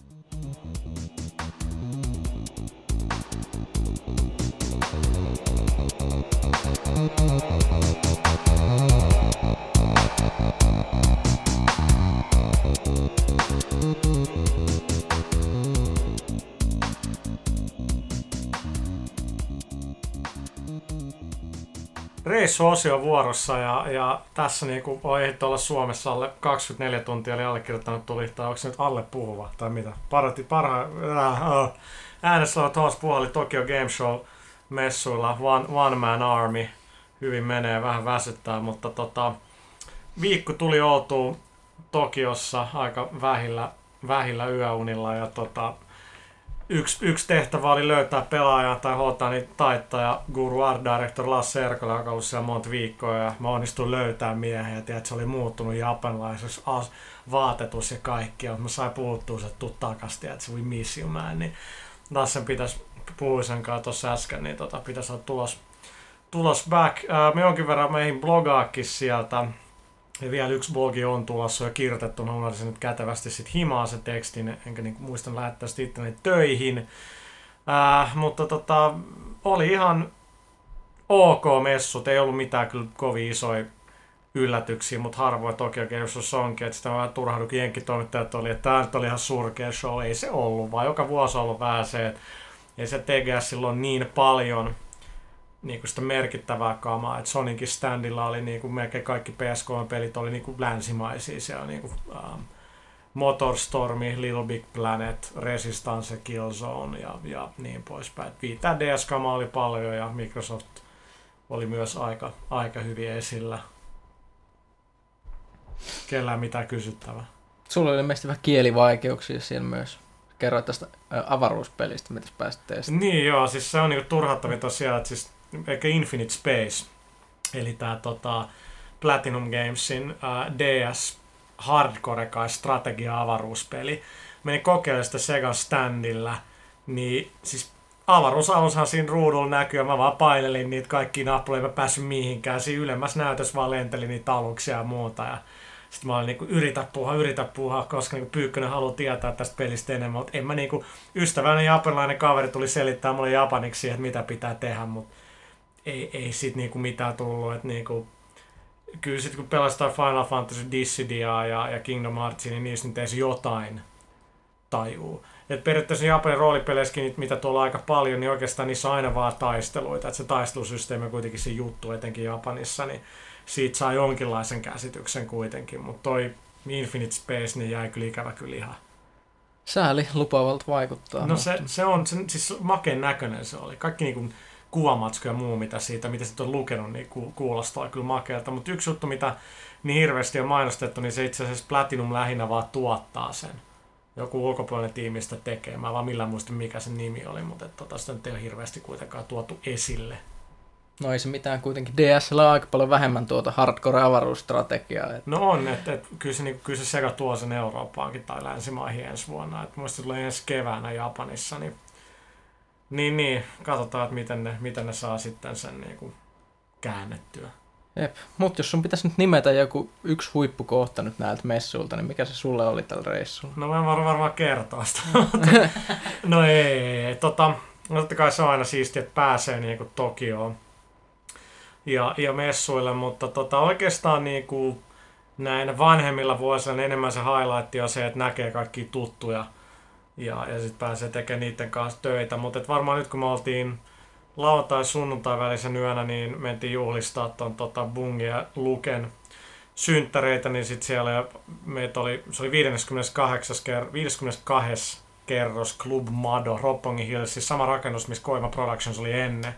Reissuosio vuorossa ja, ja tässä niinku on ehditty olla Suomessa alle kaksikymmentäneljä tuntia, eli allekirjoittanut tuli, tai onko se nyt alle puhuva, tai mitä? Parati, parha, äh, äh. Äänessä olevat H S puhali Tokyo Game Show messuilla, one, one Man Army, hyvin menee, vähän väsyttää, mutta tota, viikko tuli oltua Tokiossa aika vähillä, vähillä yöunilla, ja tota, Yksi, yksi tehtävä oli löytää pelaajan tai Hotani taittaja Guru Art Director Lasse Erkola, joka on ollut siellä monta viikkoa, ja mä onnistuin löytää miehen, ja tiedät, se oli muuttunut japanilaiseksi as, vaatetus ja kaikki, ja mä sain puhuttua, että tuu takas, tiedät, se we miss you man, niin Lassen pitäisi puhui sen kanssa tuossa äsken, niin tota, pitäisi olla tulos, tulos back. Ää, me jonkin verran meihin blogaakin sieltä. Ja vielä yksi blogi on tulossa jo kirjoitettu, mä unohdin nyt kätevästi sit himaa se tekstin, enkä niinku muistan lähettää sitä itteni töihin. Ää, mutta tota, oli ihan ok messut, ei ollut mitään kyllä kovin isoja yllätyksiä, mutta harvoin Tokyo Game Showssa onkin, että sitä vähän turhaudukin jenkkitoimittajat oli, että tämä nyt oli ihan surkea show, ei se ollut, vaan joka vuosi on ollut vähän se, että ei se T G S silloin niin paljon niin kuin sitä merkittävää kamaa, että Sonicin standilla oli niin kuin melkein kaikki P S kolme-pelit oli niin kuin länsimaisia, siellä niin kuin, um, Motorstormi, Little Big Planet, Resistance, Killzone ja, ja niin poispäin. Viitää D S-kamaa oli paljon ja Microsoft oli myös aika, aika hyvin esillä. Kellään mitään kysyttävää. Sulla oli ilmeisesti vähän kielivaikeuksia siellä myös. Kerroit tästä ä, avaruuspelistä, mitä pääsit testaamaan. Niin joo, siis se on niinku turhauttavia tosiaan, että siis eikä Infinite Space, eli tää tota, Platinum Gamesin ää, D S hardcore kai strategia-avaruuspeli. Menin kokeilemaan sitä Segan standilla, niin siis avaruusalushan siinä ruudulla näkyy, ja mä vaan painelin niitä kaikkia nappuja, mä päässyt mihinkään. Siinä ylemmässä näytössä vaan lenteli niitä aluksia ja muuta. Ja sitten mä olin niinku, yritä puhua, yritä puhua, koska niinku Pyykkönen haluaa tietää tästä pelistä enemmän. Mutta en mä niinku, ystävällinen japanilainen kaveri tuli selittää mulle japaniksi, että mitä pitää tehdä, mutta ei, ei sit niinku mitään tullut. Et niinku, kyllä sit kun pelastaa Final Fantasy Dissidia ja, ja Kingdom Heartsia, niin niistä nyt ei se jotain tajuu. Et periaatteessa Japanin roolipeleissäkin, mitä tuolla on aika paljon, niin oikeastaan niissä on aina vaan taisteluita. Et se taistelusysteemi on kuitenkin se juttu, etenkin Japanissa, niin siitä saa jonkinlaisen käsityksen kuitenkin. Mutta toi Infinite Space niin jäi kyllä ikävä kyllä ihan. Sääli lupaavalta vaikuttaa. No se, se on, se, siis makeen näköinen se oli. Kaikki niinku kuvamatsku ja muu, mitä siitä, mitä sitten on lukenut, niin kuulostaa kyllä makealta. Mutta yksi juttu, mitä niin hirveästi on mainostettu, niin se itse asiassa Platinum lähinnä vaan tuottaa sen. Joku ulkopuolinen tiimi sitä tekee. Mä en vaan millään muista, mikä sen nimi oli, mutta et, tota, sitä nyt ei ole hirveästi kuitenkaan tuotu esille. No ei se mitään, kuitenkin D S L on aika paljon vähemmän tuota hardcore-avaruusstrategiaa. Et... No on, että et, kyllä, se, niin, kyllä se sekä tuo sen Euroopaankin tai länsimaihin ensi vuonna. Et muista tulee ensi keväänä Japanissa, niin, niin, niin katsotaan, että miten ne, miten ne saa sitten sen niin kuin käännettyä. Jep, mutta jos sun pitäisi nyt nimetä joku yksi huippukohta nyt näiltä messuilta, niin mikä se sulle oli tällä reissulla? No mä en var- varmaan kertoa sitä. No ei, ei, ei. Tota, no totta kai se on aina siistiä, että pääsee niin kuin Tokioon ja, ja messuille, mutta tota, oikeastaan niin kuin näin vanhemmilla vuosina enemmän se highlight on se, että näkee kaikkia tuttuja ja, ja sitten pääsee tekemään niiden kanssa töitä, mutta varmaan nyt kun me oltiin lauantai sunnuntai välisen yönä, niin mentiin juhlistaa tuon tota, Bungin ja Luken synttäreitä, niin sitten siellä meitä oli, se oli viisikymmentäkahdeksan kerros Club Mado Roppongin Hills, siis sama rakennus, missä Koima Productions oli ennen.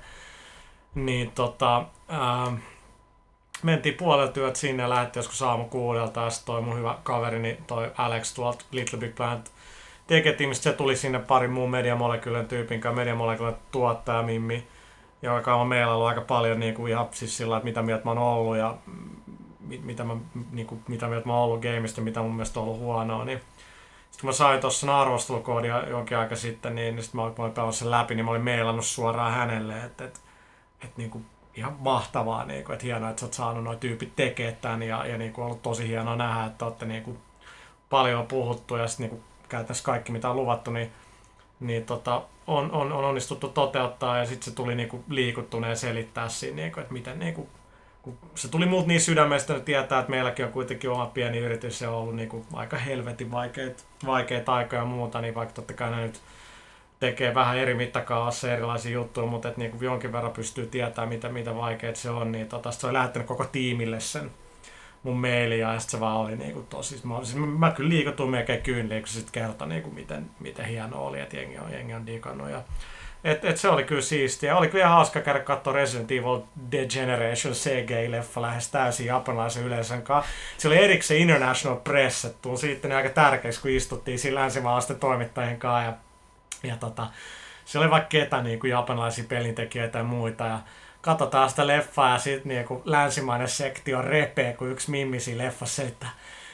Niin tota, ää, mentiin puolelta työt sinne ja lähdettiin joskus aamu kuudelta, ja sitten toi mun hyvä kaverini, toi Alex tuolta Little Big Planet Teketiimistä, se tuli sinne pari muun Media Moleculen tyypin kanssa, Media Moleculen tuottaja Mimmi, joka on meillä ollut aika paljon niin kuin ihan siis sillä, että mitä mieltä mä oon ollut ja mitä, mä, niin kuin, mitä mieltä mä oon ollut gameista, mitä mun mielestä on ollut huonoa. Niin. Sitten kun mä sain tuossa arvostelukoodia jonkin aika sitten, niin, niin sitten mä olin pelannut sen läpi, niin mä olin mailannut suoraan hänelle, että et, et, niin kuin, ihan mahtavaa, niin kuin, että hienoa, että sä oot saanut nuo tyypit tekemään tämän ja, ja niin kuin, ollut tosi hienoa nähdä, että olette niin kuin, paljon puhuttu ja sitten niin kuin, käytännössä kaikki mitä on luvattu, niin, niin tota, on, on, on onnistuttu toteuttaa ja sitten se tuli niinku liikuttuneen selittää siinä, niinku, että miten niinku, kun se tuli muut niin sydämestä, että tietää, että meilläkin on kuitenkin oma pieni yritys ja on ollut niinku aika helvetin vaikeita, vaikeita aikoja ja muuta, niin vaikka totta kai ne nyt tekee vähän eri mittakaavassa erilaisia juttuja, mutta että niinku jonkin verran pystyy tietämään, mitä, mitä vaikeita se on, niin tota, se oli lähettänyt koko tiimille sen mun mailia ja sitten se vaan oli niinku tosi, mä, siis mä, mä kyllä liikutuin melkein kyynliin, kun se sitten kertoi niinku miten, miten hieno oli, että jengi on, jengi on digannut. Ja, et, et se oli kyllä siistiä. Oli kyllä hauska käydä katsoa Resident Evil Degeneration C G-leffa lähes täysin japanilaisen yleisön kanssa. Se oli erikseen International Press, että tuli sitten aika tärkeäksi, kun istuttiin siinä länsimaalaisten toimittajien kanssa. Ja, ja tota, se oli vaikka ketä niin kuin japanilaisia pelintekijöitä ja muita. Ja katsotaan sitä leffaa ja sitten niinku länsimainen sektio repee, kun yksi mimmi siinä leffassa selittää,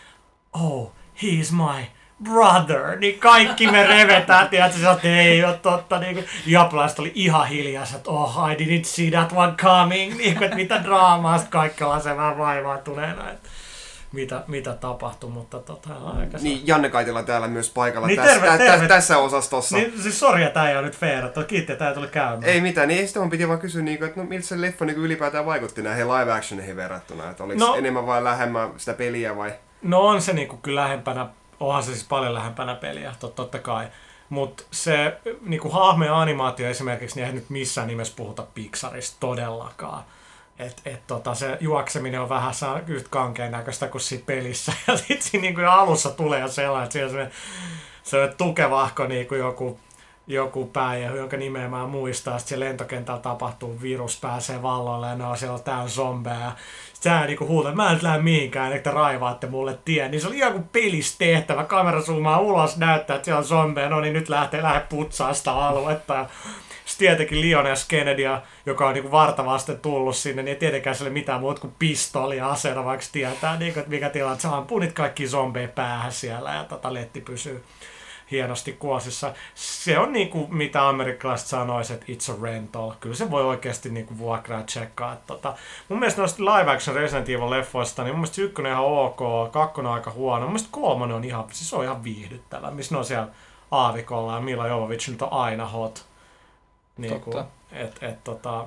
oh, he's my brother, niin kaikki me revetään, tiedätkö, sä, että ei ole totta, niin japanilaiset oli ihan hiljaa, että oh, I didn't see that one coming, niin kuin, että mitä draamaa, sitten kaikki ollaan sen vähän vaivautuneena, että mitä, mitä tapahtui, mutta tota, aika niin, Janne Kaitila täällä myös paikalla niin, tässä, terve, tä, terve. Tä, tässä osastossa. Niin, siis sori, että tämä ei ole nyt fair, että kiitti, että tämä tuli käymään. Ei mitään, niin sitten on piti vaan kysyä, että no, miltä se leffa niin ylipäätään vaikutti näihin live actioneihin verrattuna, että oliko no, enemmän vai lähemmän sitä peliä vai? No on se niinku kyllä lähempänä, onhan se siis paljon lähempänä peliä, tot, totta kai. Mutta se niinku hahmojen animaatio esimerkiksi, niin ei nyt missään nimessä puhuta Pixarista todellakaan. Et, et tota, se juokseminen on vähän yhtä kankeen näköistä kuin siinä pelissä. Ja sitten siinä niinku jo alussa tulee jo sellainen, että siellä on sellainen, sellainen tukevahko niinku joku, joku päijä, jonka nimeä mä muistaa. Sitten siellä lentokentällä tapahtuu, virus pääsee valloille ja ne on siellä täällä zombeja. Sitten sä niinku huutat, mä en nyt lähde mihinkään, että raivaatte mulle tien. Niin se oli ihan kuin pelissä tehtävä. Kamera zoomaa ulos, näyttää, että siellä on zombeja. No niin, nyt lähtee, lähde putsaa sitä aluetta. Sitten tietenkin Leon S. Kennedy, joka on niinku vartavasti tullut sinne, niin ei tietenkään sille mitään muuta kuin pistooli ja aseena, vaikka tietää, niinku, että mikä tilanne, että se ampuu niitä kaikki zombeja päähän siellä ja tota, letti pysyy hienosti kuosissa. Se on niinku, mitä amerikkalaiset sanois, että it's a rental. Kyllä se voi oikeasti niinku vuokraa tsekkaa. Tota, mun mielestä noista live action Resident Evil leffoista, niin mun mielestä ykkönen on ihan ok, kakkonen on aika huono. Mun mielestä kolmonen on ihan, siis on ihan viihdyttävä, missä ne on siellä aavikolla ja Mila Jovovich nyt on aina hot. Niinku, et, et, tota,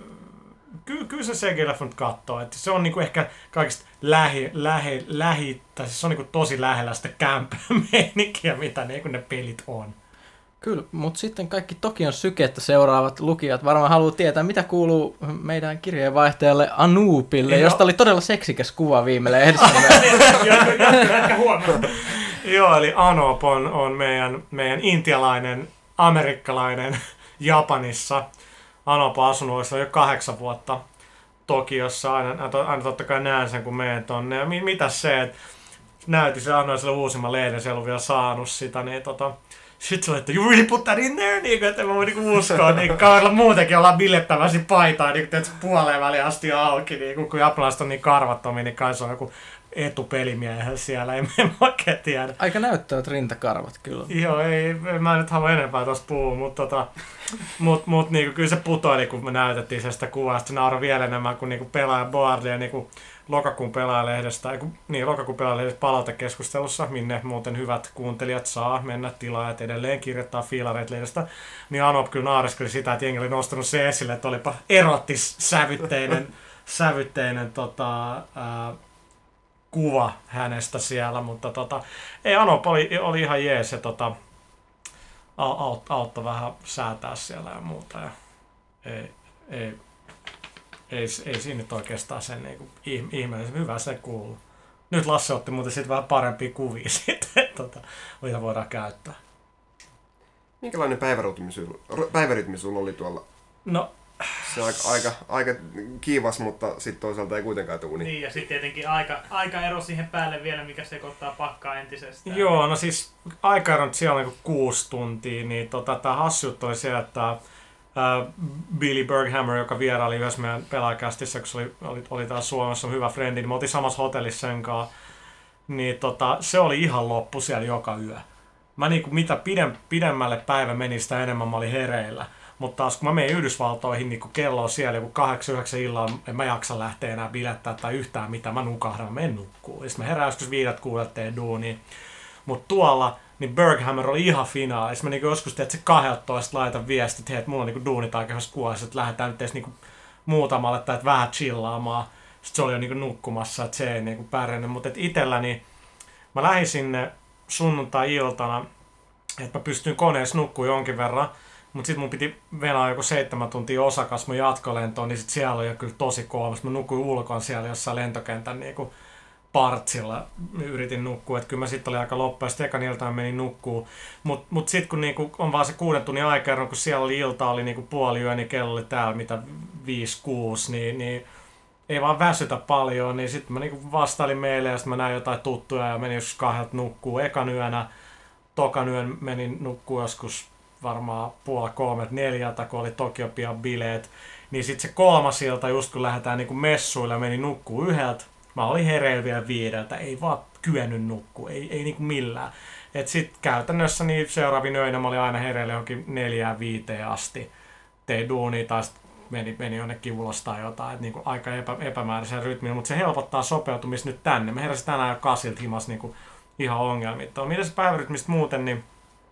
ky, kyllä se C G-leffa nyt kattoo, että se on niinku ehkä kaikista lähi, lähi, lähi tai siis se on niinku tosi lähellä sitä kämppämeininkiä, mitä niinku ne pelit on. Kyllä, mutta sitten kaikki Tokion sykettä seuraavat lukijat varmaan haluaa tietää, mitä kuuluu meidän kirjeenvaihtajalle Anoopille, no, josta oli todella seksikäs kuva viime lehdessä. Joo, eli Anoop on, on meidän, meidän intialainen, amerikkalainen Japanissa Anop on asunut olisi jo kahdeksan vuotta Tokiossa, aina, aina totta kai näen sen, kun menen tonne. Ja mi, mitäs se, että näytin se annoin sille uusimman lehden, se ei ollut vielä saanut sitä, niin tota... Sitten se oli, että you really put that in there, niin kuin, että mä voin niinku uskoa, niin kaverilla muutenkin ollaan bilettävästi paitaa, niin kuin puoleen väliin asti auki, niin kuin, kun japanilaiset on niin karvattomia, niin kai se on joku etupelimiehen siellä, ei me oikein tiedä. Aika näyttävät rintakarvat kyllä. Joo, ei, mä en nyt halua enempää tuossa puhua, mutta tota, mut, mut, niinku, kyllä se putoili, kun me näytettiin se sitä kuvaa, se nauroi vielä enemmän kuin niinku pelaaja Boardia, niinku lokakuun pelaajalehdestä, niin lokakuun pelaajalehdestä palautekeskustelussa, minne muuten hyvät kuuntelijat saa mennä tilaajat edelleen kirjoittaa fiilareita lehdestä, niin Anop kyllä naareskeli sitä, että jengi oli nostanut se esille, että olipa erottis-sävytteinen sävytteinen, tota, ää, kuva hänestä siellä, mutta tota, ei, Anop oli, oli ihan jees ja tota, aut, auttoi vähän säätää siellä ja muuta. Ja ei, ei, ei, ei siinä nyt oikeastaan sen niinku ihmeellisen hyvä se kuuluu. Nyt Lasse otti muuten sitten vähän parempia kuvia sitten, tota, mitä voidaan käyttää. Minkälainen päivärytmi sulla, päivärytmi sulla oli tuolla? No, se on aika, aika, aika kiivas, mutta sitten toisaalta ei kuitenkaan tuuni. Niin, ja sitten tietenkin aika, aika ero siihen päälle vielä, mikä sekoittaa pakkaa entisestään. Joo, no siis aikaero nyt siellä on niin kuusi tuntia, niin tota, tämä hassu juttu oli se, että ää, Billy Berghammer, joka vieraili yhdessä meidän pelaajakästissä, kun se oli, oli, oli täällä Suomessa hyvä frendi, niin me oltiin samassa hotellissa sen kanssa, niin tota, se oli ihan loppu siellä joka yö. Mä niinku mitä pidem, pidemmälle päivä meni, sitä enemmän mä olin hereillä. Mutta taas kun mä menen Yhdysvaltoihin, niin kun kello on siellä joku kahdeksan yhdeksän illalla, en mä jaksa lähteä enää bilettää tai yhtään mitä, mä nukahdan, mä menen nukkuu. Ja sitten mä herään joskus viidet kuudet teen duuniin. Mutta tuolla, niin Berghammer oli ihan finaali. Sitten mä niinku joskus teet se kaksitoista laitan viestit, hei, että mulla on niinku duunit aika kuuessa, että lähdetään nyt edes niinku muutamalle tai että vähän chillaamaan. Sitten se oli jo niinku nukkumassa, että se ei niinku pärjännyt. Mutta itselläni, mä lähdin sinne sunnuntai-iltana, että mä pystyin koneessa nukkuu jonkin verran. Mutta sitten mun piti venää joku seitsemän tuntia Osakas mun jatkolentoon, niin sit siellä oli jo kyllä tosi kovasti. Mä nukuin ulkona siellä jossain lentokentän niinku partsilla, yritin nukkua. Että kyllä mä sitten oli aika loppu ja sitten ekan iltaan menin nukkuu. Mutta mut sitten kun niinku on vaan se kuuden tunnin aikaero, kun siellä oli ilta, oli niinku puoli yö, niin kello oli täällä mitä viisi kuusi, niin, niin ei vaan väsytä paljon. Niin sitten mä niinku vastailin meille ja sitten mä näin jotain tuttuja ja menin joskus kahdelta nukkuu ekan yönä. Tokan yön menin nukkuu joskus varmaan puoli kolmelta neljältä, kun oli Tokiopian bileet. Niin sitten se kolmas ilta, just kun lähdetään niinku messuilla, meni nukkuu yhdeltä. Mä olin hereillä vielä viideltä, ei vaan kyennyt nukkuu, ei, ei niinku millään. Et sit käytännössä niin seuraavin öinä mä olin aina hereillä johonkin neljään viiteen asti. Tein duunia tai meni, meni jonnekin ulos tai jotain, et niinku aika epä, epämääräisen rytmin. Mutta se helpottaa sopeutumista nyt tänne. Mä heräsin tänään jo kasilta himas niinku ihan ongelmitta. Mitä se päivärytmistä muuten, niin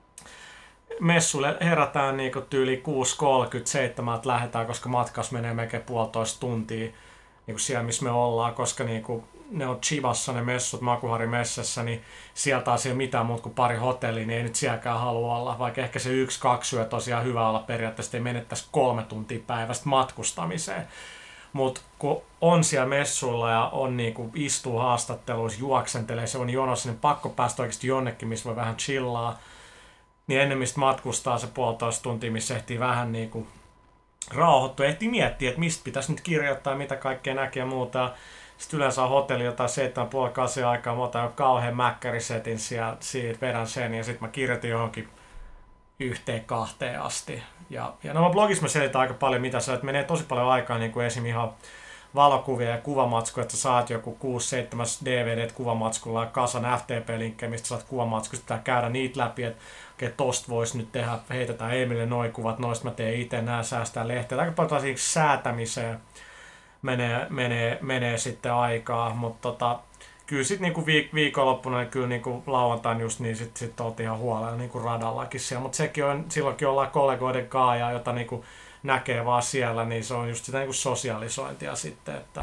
messuille herätään niinku tyyli kuusi kolmekymmentäseitsemän, että lähdetään, koska matkas menee melkein puolitoista tuntia niinku siellä, missä me ollaan, koska niinku ne on Chibassa ne messut Makuhari messessä, niin sieltä taas ei ole mitään muuta kuin pari hotellia, niin ei nyt sielläkään halua olla, vaikka ehkä se yksi, kaksi yö tosiaan hyvä olla periaatteessa, ei menettäisi kolme tuntia päivästä matkustamiseen. Mutta kun on siellä messuilla ja on niinku, istuu haastatteluissa, juoksentelee, se on jonossa, niin pakko päästä oikeasti jonnekin, missä voi vähän chillaa. Niin ennen mistä matkustaa se puolitoista tuntia, missä ehtii vähän niinku rauhoittua, ehtii miettiä, että mistä pitäisi nyt kirjoittaa, mitä kaikkea näkee ja muuta. Sitten yleensä on hotelli jotain seitsemän puoli kahdeksan aikaa, mä otan jo kauhean mäkkärisetin siellä, siitä vedän sen ja sitten mä kirjoitin johonkin yhteen kahteen asti. Ja, ja no blogissa mä selitän aika paljon mitä se, että menee tosi paljon aikaa niin kuin esim. Ihan valokuvia ja kuvamatskuja, että sä saat joku kuusi seitsemän D V D kuvamatskulla ja kasan F T P-linkkejä, mistä saat kuvamatskusta, pitää käydä niitä läpi, että okei, tosta vois nyt tehdä, heitetään Emilille noi kuvat, noista mä teen itse, nää säästää lehteä. Aika paljon taas säätämiseen menee, menee, menee sitten aikaa, mutta tota, kyllä sitten niinku viik- viikonloppuna, niin kyllä niinku lauantain just niin sitten sit oltiin ihan huolella niinku radallakin siellä, mutta sekin on, silloinkin ollaan kollegoiden kanssa, jota niinku näkee vaan siellä, niin se on just sitä niinku sosialisointia sitten, että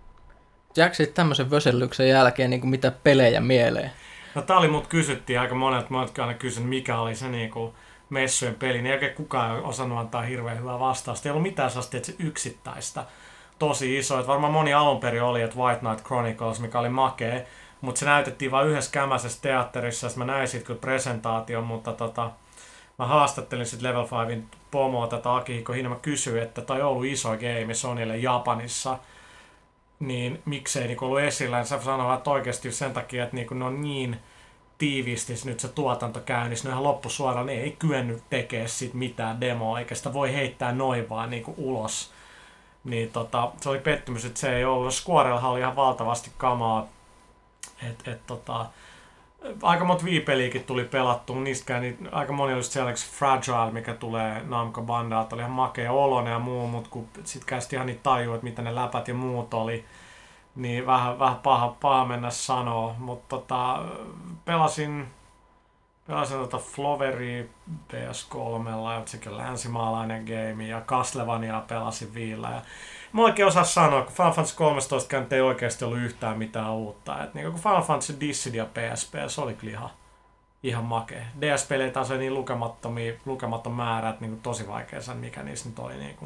jääkö sitten tämmöisen vösellyksen jälkeen niinku mitä pelejä mieleen? No tää oli mut kysyttiin aika monet, monetkin aina kysynyt, mikä oli se niinku messujen peli, niin ei oikein kukaan osannut antaa hirveän hyvää vastausta. Ei ollut mitään sellaista, että se yksittäistä tosi iso, että varmaan moni alun perin oli, että White Knight Chronicles, mikä oli makee, mutta se näytettiin vain yhdessä kämäisessä teatterissa, ja mä näin siitä kyllä presentaation, mutta tota, mä haastattelin sitten Level viiden pomoa tätä Akihiko Hina, mä kysyin, että toi on ollut iso game Sonylle Japanissa, niin miksei niinku ollut esillä, ja sä sanoit, että oikeasti sen takia, että niinku ne on niin tiiviisti nyt se tuotanto käynnissä, ne ihan loppusuoraan, ne ei kyennyt tekemään sit mitään demoa, eikä sitä voi heittää noin vaan niinku ulos. Niin tota, se oli pettymys, että se ei ollut. Squarellahan oli ihan valtavasti kamaa, et, et tota, aika monta Wii-peliäkin tuli pelattua, niistäkään niin aika moni oli siellä Fragile, mikä tulee Namco Bandalta, oli ihan makea oloinen ja muu, mutta kun sit kästi ihan niitä tajua, että mitä ne läpät ja muut oli, niin vähän, vähän paha, paha mennä sanoa, mutta tota, pelasin, pelasin tota Floweria P S kolmella, sekin länsimaalainen game, ja Castlevania pelasin Viillä. Ja mä oikein osaa sanoa, kun Final Fantasy kolmetoista ei oikeasti ollut yhtään mitään uutta. Et niin kun Final Fantasy Dissidia P S P, se oli kyllä ihan, ihan makea. D S-pelejä taas oli niin lukemattomia, lukematon määrä, että niin tosi vaikea sanoa, mikä niissä nyt oli. Niin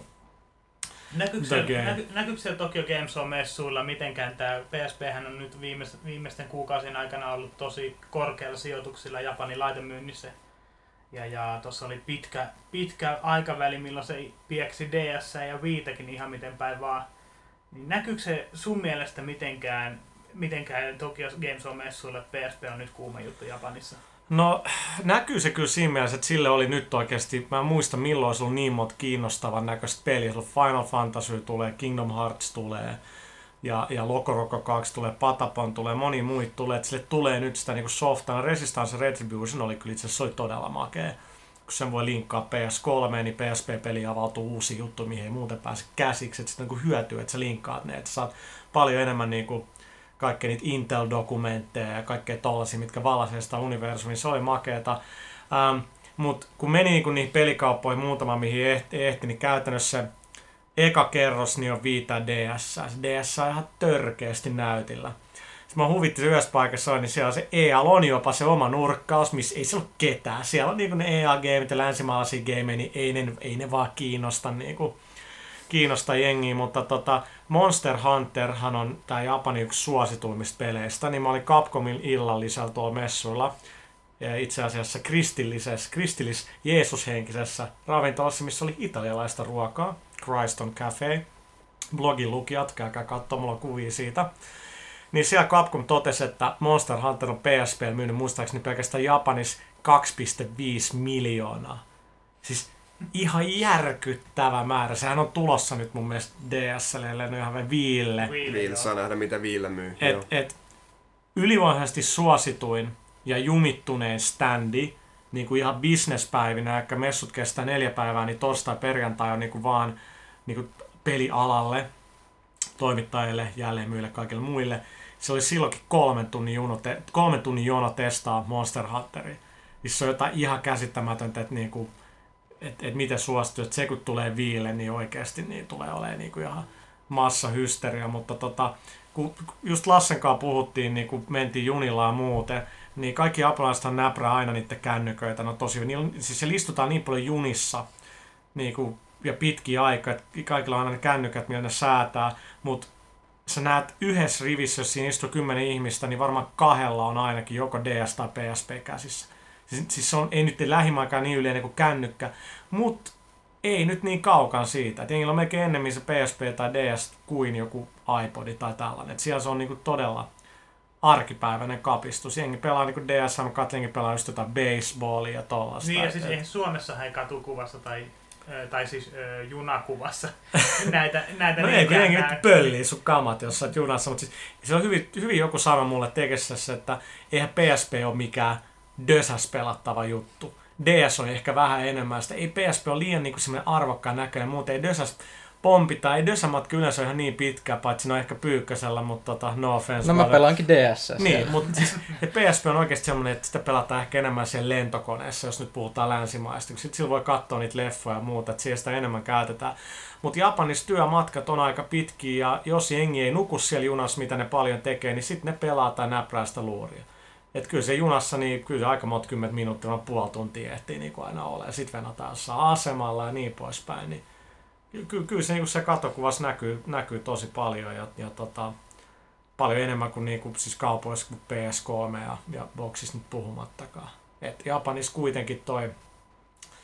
Näkyykö siellä, näky, näkyykö siellä Tokyo Game Show-messuilla mitenkään tämä P S P:hän on nyt viimeisten, viimeisten kuukausien aikana ollut tosi korkealla sijoituksilla Japanin laitemyynnissä. Ja, ja tuossa oli pitkä, pitkä aikaväli, milloin se pieksi D S ja Viitäkin ihan miten päin vaan. Niin näkyykö se sun mielestä mitenkään, mitenkään Tokyo Game Show-messuilla, että P S P on nyt kuuma juttu Japanissa? No näkyy se kyllä siinä mielessä, että sille oli nyt oikeasti, mä en muista milloin se oli niin monta kiinnostavan näköistä peliä. Se Final Fantasy tulee, Kingdom Hearts tulee ja, ja Loco Roco kaksi tulee, Patapon tulee, moni muita tulee. Että sille tulee nyt sitä niin softana. Resistance Retribution oli kyllä itse asiassa oli todella makea. Kun sen voi linkkaa P S kolme, niin P S P-peli avautuu uusi juttu, mihin ei muuten pääse käsiksi. Että sitten niin hyötyy, että sä linkkaat ne, että saat paljon enemmän niin kuin kaikkea niitä Intel-dokumentteja ja kaikkea tollasia, mitkä valaisee sitä universumia, se oli makeeta. Ähm, Mutta kun meni niinku niihin pelikauppoihin muutama, mihin ehti, ehti, niin käytännössä eka kerros niin on viitää D S. Se D S on ihan törkeästi näytillä. Sitten mä huvittin yhdessä paikassa, niin siellä on se E A on jopa se oma nurkkaus, missä ei se ole ketään. Siellä on niinku ne E A-gameit ja länsimaalaisia gameja, niin ei ne, ei ne vaan kiinnosta niinku. kiinnosta jengiä, mutta tota, Monster Hunterhan on tää Japanin yksi suosituimmista peleistä, niin mä olin Capcomin illallisella tuolla messuilla, ja itse asiassa kristillisessä, kristillis Jeesushenkisessä ravintolassa, missä oli italialaista ruokaa, Christon Cafe, blogin lukijat, käykää katsomaan, mulla on kuvia siitä. Niin siellä Capcom totesi, että Monster Hunter on P S P myynyt muistaakseni pelkästään Japanissa kaksi pilkku viisi miljoonaa. Siis ihan järkyttävä määrä. Sehän on tulossa nyt mun mielestä D S L:lle, no ihan Viille. Viille saa nähdä, mitä Viille myy. Et, et, ylivoimaisesti suosituin ja jumittunein standi, niin kuin ihan bisnespäivinä, ehkä messut kestää neljä päivää, niin torstai perjantai on niin kuin vaan niin kuin pelialalle, toimittajille, jälleenmyyjille, kaikille muille. Se oli silloinkin kolmen tunnin jono, te, kolmen tunnin jono testaa Monster Hunteria. Se on jotain ihan käsittämätöntä, että niinku, et, et miten suosittu, että se kun tulee Viille, niin oikeasti niin tulee olemaan niinku ihan massahysteria, mutta tota, kun just Lassen kanssa puhuttiin, niin kun mentiin junilla ja muuten, niin kaikki japanilaisethan näprää aina niiden kännyköitä, no tosi, niin, siis se listutaan niin paljon junissa, niin kun, ja pitkiä aikaa, että kaikilla on aina ne kännykät, millä ne säätää, mutta sä näet yhdessä rivissä, jos siinä istuu kymmenen ihmistä, niin varmaan kahdella on ainakin joko D S tai P S P käsissä. Siis, siis se on, ei nyt lähimainkaan niin yleinen kuin kännykkä, mutta ei nyt niin kaukan siitä. Et jengillä on melkein ennemmin se P S P tai D S kuin joku iPod tai tällainen. Et siellä se on niinku todella arkipäiväinen kapistus. Jengi pelaa niinku D S, jengi pelaa just jotain baseballia ja tollaista. Niin ja siis eihän Suomessa ei katukuvassa tai, tai siis äh, junakuvassa näitä, näitä no ei, kun jengi nyt pöllii sun kamat, jos sä oot junassa. Mutta siis, se on hyvin, hyvin joku sanoi mulle tekesessä, että eihän P S P ole mikään dösäs pelattava juttu. D S on ehkä vähän enemmän sitä. Ei P S P ole liian niinku semmoinen arvokkaan näköinen, muuten ei dösäs pompita. Ei dösämatka yleensä ihan niin pitkä, paitsi no ehkä Pyykkösellä, mutta tota, no offense. No mä pelaankin D S. Niin, mutta siis, P S P on oikeasti semmoinen, että sitä pelataan ehkä enemmän siellä lentokoneessa, jos nyt puhutaan länsimaista. Sitten sillä voi katsoa niitä leffoja ja muuta, että siellä sitä enemmän käytetään. Mutta Japanissa työmatkat on aika pitkiä ja jos jengi ei nuku siellä junassa, mitä ne paljon tekee, niin sitten ne pelaa tai näprää sitä luuria. Että kyllä se junassa, niin kyllä se aika monta kymmentä minuuttia, on puoli tuntia ehtii niin kuin aina ole. Sitten venataan jossain asemalla ja niin poispäin. Niin ky- kyllä se, niin se katokuvassa näkyy, näkyy tosi paljon ja, ja tota, paljon enemmän kuin, niin kuin siis kaupoissa kuin P S kolme ja, ja boxissa nyt puhumattakaan. Et Japanissa kuitenkin toi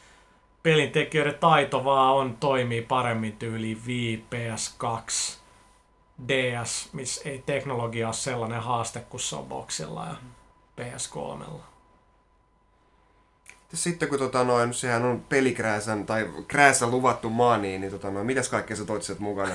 pelintekijöiden taito vaan on, toimii paremmin tyyliin Wii, P S kaksi, D S, missä ei teknologia ole sellainen haaste kuin se on Boxilla ja P S kolme. Sitten kun tota noin, sehän on pelikrääsän tai krääsän luvattu maaniin, niin tota noin, mitäs kaikkea sä toit sieltä mukana?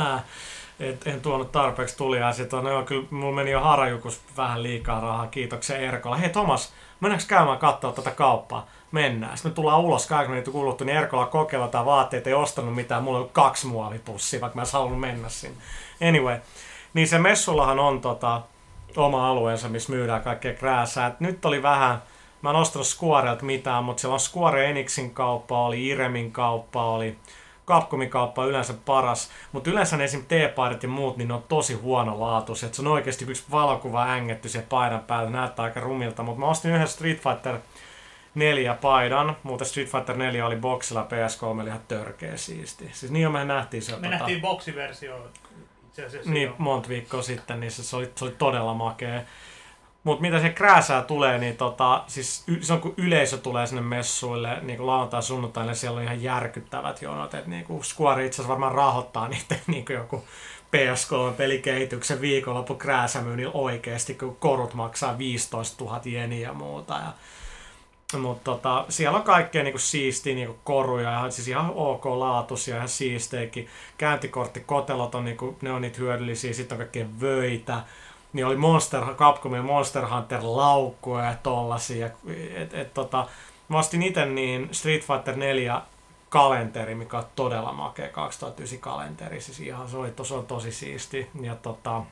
Et, en tuonut tarpeeksi tulia. Sitten on, kyllä mulla meni jo Harajukus vähän liikaa rahaa. Kiitoksia Erkolla. Hei Tomas, mennäänkö käymään katsoa tätä kauppaa? Mennään. Sitten me tullaan ulos kaiken niitä kuluttu, niin Erkolla kokeilla tai vaatteet ei ostanut mitään. Mulla on kaksi muovipussia, vaikka mä en halunnut mennä sinne. Anyway, niin se messullahan on tota, oma alueensa, missä myydään kaikkea krääsää. Et nyt oli vähän, mä en ostanut Squarelta mitään, mutta siellä on Square Enixin kauppa, oli Iremin kauppa, oli Capcomin kauppa on yleensä paras, mutta yleensä ne esim. T-paidat ja muut, niin ne on tosi huonolaatuisia. Se on oikeasti yksi valokuva ängetty siihen paidan päälle, näyttää aika rumilta, mutta mä ostin yhden Street Fighter neljä paidan, mutta Street Fighter neljä oli boxilla, P S kolme oli ihan törkeä siisti. Siis niin jo me nähtiin se. Me tota, nähtiin boxiversio itse asiassa. Niin, monta viikkoa sitten, niin se, se, oli, se oli todella makea. Mutta mitä se krääsää tulee, niin tota, siis y- se on kun yleisö tulee sinne messuille, niin kuin lauantai sunnuntaille, siellä on ihan järkyttävät jonot. Että niin kuin Square itse asiassa varmaan rahoittaa niiden niin kuin joku P S kolme-pelikehityksen viikonloppu krääsämyynnin oikeasti, kun korut maksaa viisitoistatuhatta jeniä ja muuta. Ja, mutta tota, siellä on kaikkea niin kuin siistiä niin kuin koruja, ja siis ihan ok laatuisia, ihan siisteikin. Käyntikorttikotelot on, niin kuin, ne on niitä hyödyllisiä, sitten on kaikkea vöitä. Niin oli Monster, Capcomin Monster Hunter laukkuja ja tollasia. Et, et, tota, mä ostin ite niin Street Fighter neljä kalenteri, mikä on todella makea, kaksituhattayhdeksän kalenteri. Siis ihan, se, oli, se on tosi siisti. Ja tota,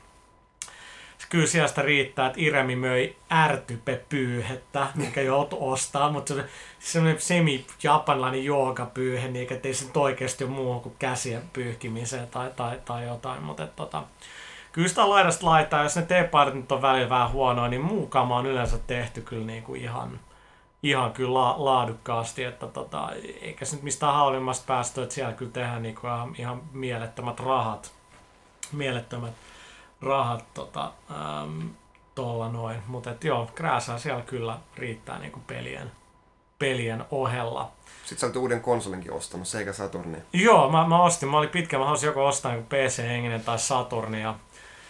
kyllä sieltä riittää, että Iremi möi R-type-pyyhettä, mikä joutui ostaa, mutta se on semmoinen semi-japanlainen joogapyyhe, niin ettei se oikeasti ole muuhun kuin käsien pyyhkimiseen tai, tai, tai jotain, mutta et, tota, kyllä sitä laidasta laitaa, jos ne T-paidat nyt on välillä vähän huonoa, niin muu kama on yleensä tehty kyllä niinku ihan, ihan kyllä la- laadukkaasti, että tota, eikä se nyt mistään halvimmasta päästy, että siellä kyllä tehdään niinku ihan, ihan mielettömät rahat, mielettömät rahat tota, äm, tuolla noin, mutta joo, krääsää siellä kyllä riittää niinku pelien, pelien ohella. Sitten sä olet uuden konsolinkin ostanut, Sega Saturni. Joo, mä, mä ostin, mä olin pitkään, mä haluaisin joko ostaa niin P C-henginen tai Saturni ja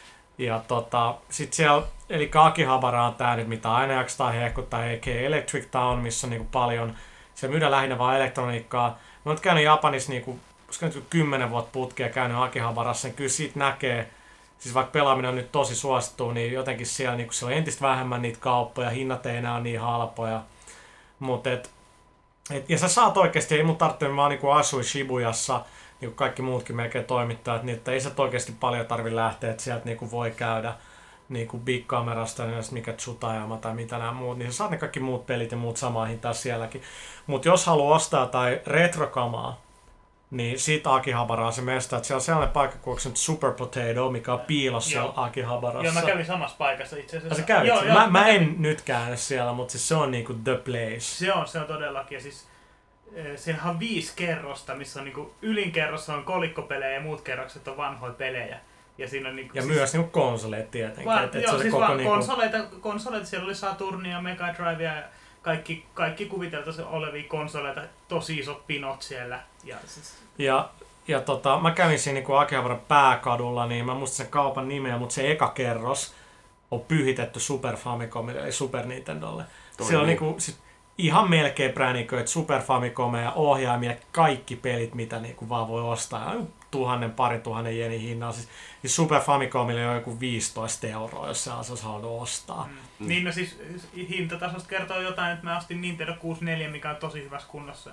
Ja tota, sit siellä, eli Akihabara on tää nyt, mitä aina jaksetaan hehkuttaa, A K Electric Town, missä on niinku paljon, se myydään lähinnä vaan elektroniikkaa. Mä oon käynyt Japanissa niinku, koska nyt kymmenen vuotta putkea käynyt Akihabarassa, niin kyllä siitä näkee, siis vaikka pelaaminen on nyt tosi suosittu, niin jotenkin siellä, niinku, siellä on entistä vähemmän niitä kauppoja, hinnat ei enää ole niin halpoja. Mut et, et, ja sä saat oikeesti, ei mun tarvitse vaan niinku asui Shibujassa, niin kuin kaikki muutkin melkein toimittajat, niin että ei se oikeasti paljon tarvitse lähteä, että sieltä niin kuin voi käydä niin kuin Big Camerasta, niin mikä Tsutayama tai mitä nämä muut, niin sä saat ne kaikki muut pelit ja muut samaa hintaa sielläkin. Mutta jos haluaa ostaa tai retrokamaa, niin siitä Akihabaraa se mesta, että siellä on sellainen paikka kuin Super Potato, mikä on piilossa siellä Akihabarassa. Joo, mä kävin samassa paikassa itse asiassa. Sä kävit? Joo, mä, joo, mä, mä en kävin. nyt käynyt siellä, mutta siis se on niinku the place. Se on, se on todellakin. Ja siis, siinähän on viisi kerrosta, missä on niinku, ylin kerrossa on kolikkopelejä ja muut kerrokset on vanhoja pelejä. Ja, siinä on niinku, ja siis, myös niinku konsoleet tietenkin. Va- et, et joo, se siis koko vaan niinku... konsoleita, konsoleita, siellä oli Saturnia, Mega Drivea ja kaikki, kaikki kuviteltu olevia konsoleita, tosi isot pinot siellä. Ja, siis... ja, ja tota, mä kävin siinä niinku Akihabaran pääkadulla, niin mä muistan sen kaupan nimeä, mutta se eka kerros on pyhitetty Super Famicomille, eli Super Nintendolle. Se on niinku, sit, ihan melkein prääniköit Super Famicomia, ohjaimia, kaikki pelit, mitä niinku vaan voi ostaa. Tuhannen, pari tuhannen jenin hinnalla. Siis, siis Super Famicomille on joku viisitoista euroa, jos se olisi halunnut ostaa. Mm. Niin, no siis hintatasosta kertoo jotain, että mä ostin Nintendo kuusikymmentäneljä, mikä on tosi hyvässä kunnossa.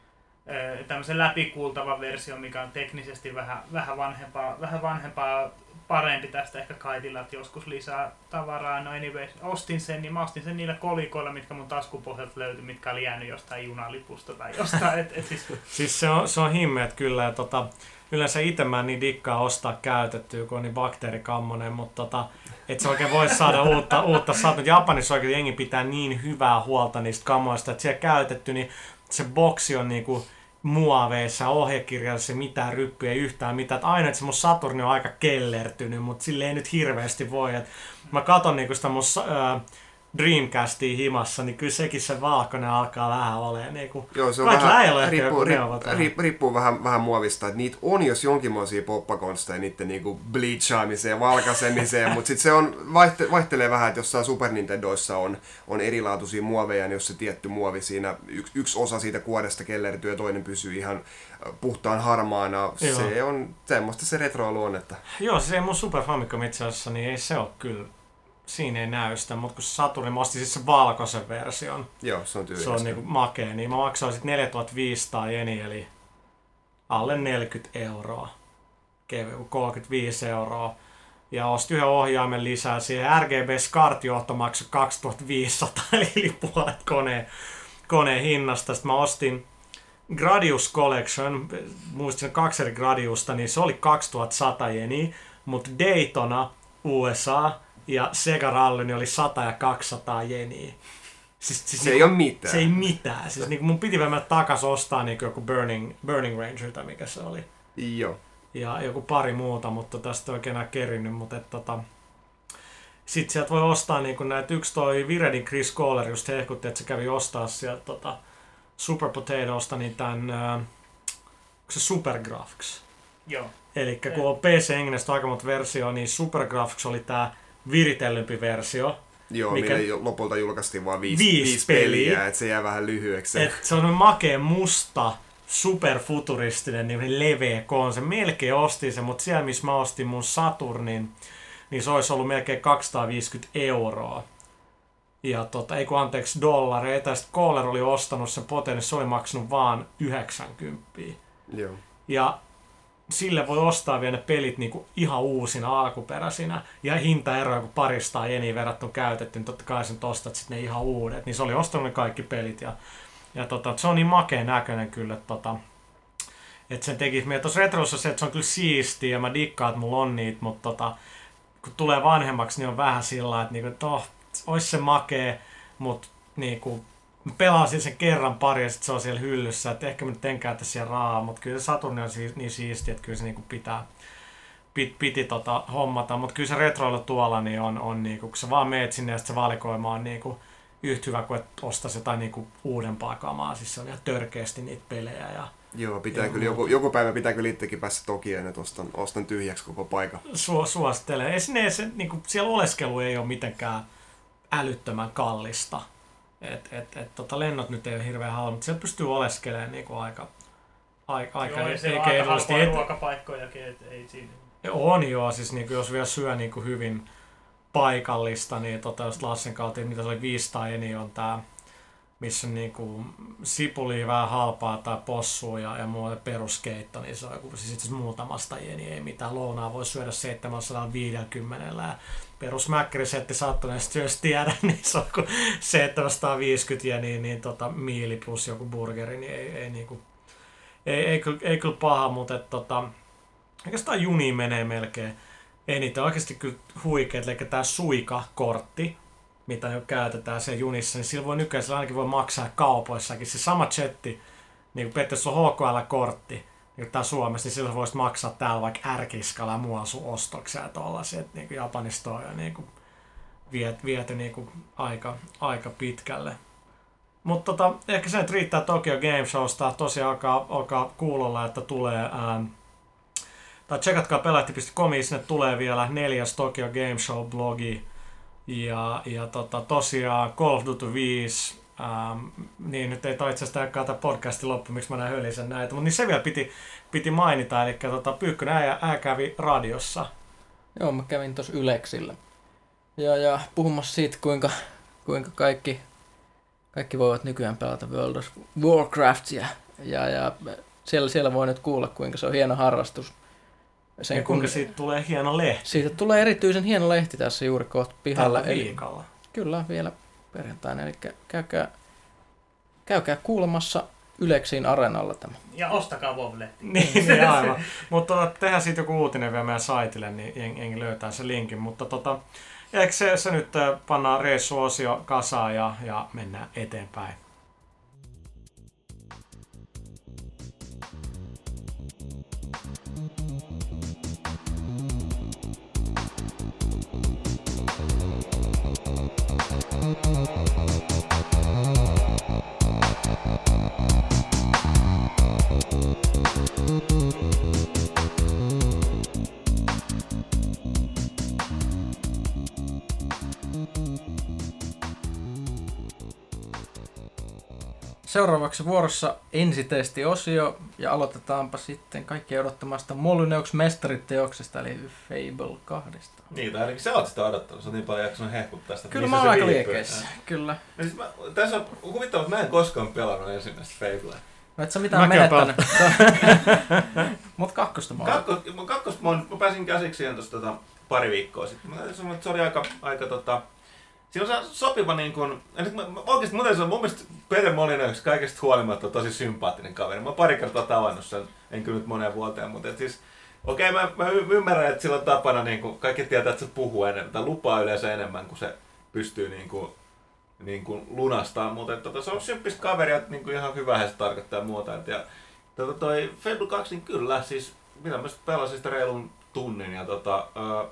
Öö, tämmöisen läpikuultavan versio, mikä on teknisesti vähän, vähän, vanhempaa, vähän vanhempaa, parempi tästä ehkä Kaitilla, että joskus lisää tavaraa. No anyways, ostin sen, niin mä ostin sen niillä kolikoilla, mitkä mun taskupohjalta löytyi, mitkä oli jäänyt jostain junalipusta tai jostain. et, et siis... siis se on, se on himmeet kyllä. Ja tota, yleensä itse mä en niin dikkaa ostaa käytettyä, kun on niin bakteerikammonen, mutta tota, et se oikein voi saada uutta, uutta saada. Japanissa oikein jengi pitää niin hyvää huolta niistä kamoista, että siellä käytetty, niin se boksi on niinku muoveissa, ohjekirjassa mitään ryppyjä yhtään mitään. Et aina, että se mun Saturni on aika kellertynyt, mutta sille ei nyt hirveästi voi. Et mä katon niinku sitä mun ää, Dreamcastia himassa, niin kyllä sekin se valkoinen alkaa vähän olemaan niinku... Joo, se on vähän, riippuu, riippuu, riippuu vähän, vähän muovista, että niitä on jos jonkinmoisia poppakonsteja niiden niinku bleachaamiseen ja valkaisemiseen, mutta sitten se on, vaihte, vaihtelee vähän, että jossain Super Nintendoissa on, on erilaatuisia muoveja, niin jos se tietty muovi siinä, yksi, yksi osa siitä kuoresta kellertyy ja toinen pysyy ihan puhtaan harmaana, joo. Se on semmoista se retro-luonnetta. Joo, se ei mun Super Famicom itse asiassa, niin ei se ole kyllä. Siinä ei näy sitä, mutta kun Saturn, mä ostin siis sen valkoisen version. Joo, se on tyylikäs. Se on niinku makea, niin mä maksoin sit neljätuhattaviisisataa jeni, eli alle neljäkymmentä euroa. Kevy kolmekymmentäviisi euroa. Ja ostin yhden ohjaimen lisää. Siihen R G B SCART-johto maksoi kaksituhattaviisisataa, eli yli puolet koneen, koneen hinnasta. Sitten mä ostin Gradius Collection, muistin kaksi eri Gradiusta, niin se oli kaksituhattasata jeni, mutta Daytona U S A ja Sega Rally niin oli sata ja kaksisataa jeniä. Siis, siis se niin, ei ole mitään. Se ei mitään. Siis niin mun piti mennä takas ostaa niin joku Burning, Burning Ranger tai mikä se oli. Joo. Ja joku pari muuta, mutta tästä ei oikein enää kerinnyt. Mutta et, tota, sit sieltä voi ostaa niin näitä, yksi toi Viredin Chris Kohler just hehkutti, että se kävi ostaa sieltä tota, Super Potatosta niin tän, äh, se Super Graphics. Joo. Eli kun on P C-Englannin aika monta versiota, niin Super Graphics oli tää viritellympi versio. Joo, mikä millä lopulta julkaistiin vain viisi, viisi, viisi peliä, peliä, että se jää vähän lyhyeksi. Et se on makea musta, superfuturistinen, niin leveä konse. Melkein ostin se, mutta siellä missä mä ostin mun Saturnin, niin se olisi ollut melkein kaksisataaviisikymmentä euroa. Ja tota, ei kun anteeksi dollareita. Ja sitten Kohler oli ostanut sen poten, niin se oli maksanut vaan yhdeksänkymmentä. Joo. Ja sille voi ostaa vielä ne pelit niinku ihan uusina alkuperäisinä. Ja hintaeroja kun paristaa jeniä verrattuna käytetty, niin totta kai sen ostat sitten ne ihan uudet. Niin se oli ostanut ne kaikki pelit. Ja, ja tota, se on niin makea näköinen kyllä, että tota, et sen tekisi meidän tuossa retrossa se, että se on kyllä siistiä ja mä dikkaan, että mulla on niitä, mutta tota, kun tulee vanhemmaksi, niin on vähän sillä että, niinku, että oh, olisi se makea, mutta niinku, mä pelasin sen kerran pari ja sit se on siellä hyllyssä, että ehkä mä nyt en käytä siellä rahaa, mutta kyllä se Saturni on siis, niin siistiä, että kyllä se niinku pitää, pit, piti tota hommata, mutta kyllä se retroilla tuolla niin on, on niinku, kun sä vaan meet sinne ja sit se valikoima on niinku yhtä hyvä kuin että ostaisi jotain niinku uudempaa kamaa, siis se on ihan törkeästi niitä pelejä. Ja, joo, pitää kyllä, joku, joku päivä pitää kyllä itsekin päästä Tokioon, että ostan, ostan tyhjäksi koko paikan. Su, suosittelen. Ei sinne, se, niinku, siellä oleskelu ei ole mitenkään älyttömän kallista. Et, et, et, tota, lennot nyt ei ole hirveän halua, mutta siellä pystyy oleskelemaan niinku aika, aika, aika joo, ei se aika halpoja ruokapaikkojakin, et ei siinä. On joo, siis niinku, jos vielä syö niinku hyvin paikallista, niin tota, jos Lassen kautta, mitä se oli viisisataa eni on tää, missä on niinku sipulia vähän halpaa tai possua ja, ja muuta peruskeitto, niin se on joku, siis itse muutamasta jeni, ei mitään lounaa voi syödä seitsemänsataaviisikymmentä ja perusmäkkärisetti sattuneesti, jos tiedän, niin se on kuin seitsemänsataaviisikymmentä jeniä, niin tota, miili plus joku burgeri, niin ei, ei, niinku, ei, ei, kyllä, ei kyllä paha, mutta et, tota, oikeastaan juniin menee melkein eniten. Oikeasti kyllä huikeet, eli tämä Suika-kortti, mitä jo käytetään sen junissa, niin sillä voi nykyään sillä ainakin voi maksaa kaupoissakin. Se sama chatti, niin kuin periaatteessa on H K L-kortti, niin tää Suomessa, niin sillä voisit maksaa täällä vaikka ärkiskalla ja muualla sun ostoksia ja tollasia. Niin kuin Japanista on jo niin kuin viet, viety niin kuin aika, aika pitkälle. Mutta tota, ehkä se nyt riittää Tokyo Game Showsta. Tosiaan alkaa, alkaa kuulolla, että tulee... Ää, tai tsekatkaa pelaajat piste comiin, sinne tulee vielä neljäs Tokyo Game Show-blogi. Ja, ja tota, tosiaan Call of Duty viisi, ähm, niin nyt ei toi itse asiassa tämä podcastin loppu, miksi mä näin hölisen näitä, mutta niin se vielä piti, piti mainita, eli tota, Pyykkönen ää, ää kävi radiossa. Joo, mä kävin tuossa Yleksillä. Ja, ja puhumassa siitä, kuinka, kuinka kaikki, kaikki voivat nykyään pelata World of Warcraftia. Ja, ja siellä, siellä voi nyt kuulla, kuinka se on hieno harrastus. Sen ja kuinka kun, siitä tulee hieno lehti. Siitä tulee erityisen hieno lehti tässä juuri kohta pihalla. Tällä viikolla. Eli, kyllä, vielä perjantaina. Eli käykää, käykää kuulemassa Yleksin Areenalla tämä. Ja ostakaa WoW-lehti. niin, niin, aivan. Mutta tota, tehdään siitä joku uutinen vielä meidän saitille, niin jengi löytää sen linkin. Mutta tota, eikö se, se nyt pannaan reissuosio kasaan ja, ja mennään eteenpäin. Seuraavaksi vuorossa ensitestiosio ja aloitetaanpa sitten kaikkien odottamasta Molyneux mestariteoksesta eli Fable kahdesta. Niin, tai ainakin sä oot sitä odottanut, sä oot niin paljon jaksanut hehkuttaa sitä. Kyllä mä oon aika liekeissä, kyllä. Siis mä, tässä on huvittavaa, että mä en koskaan pelannut ensimmäistä Fablea. No et sä mitään menettänyt. Mut kakkosta mä oon. Kakkos, kakkosta mä, oon, mä pääsin käsiksi siihen tuossa tota, pari viikkoa sitten. Mä sanoin, että se oli aika, aika tota... Siinä on sopiva niin kuin... Oikeesti mun täytyy, mun mielestä Peter Molyneux kaikesta huolimatta on tosi sympaattinen kaveri. Mä oon pari kertaa tavannut sen, en kyllä nyt moneen vuoteen, mutta et siis... Okei, okay, mä, mä ymmärrän, että sillä on tapana, niin kuin, kaikki tietää, että se puhuu enemmän, tai lupaa yleensä enemmän kuin se pystyy niin kuin, niin kuin lunastamaan, mutta että, tota, se on symppistä kaveria, niin kuin ihan hyvä se tarkoittaa ja muuta. Et, ja tota, toi Fable kaksi, niin kyllä, siis mitä mä pelasin sitä reilun tunnin ja tota, ää,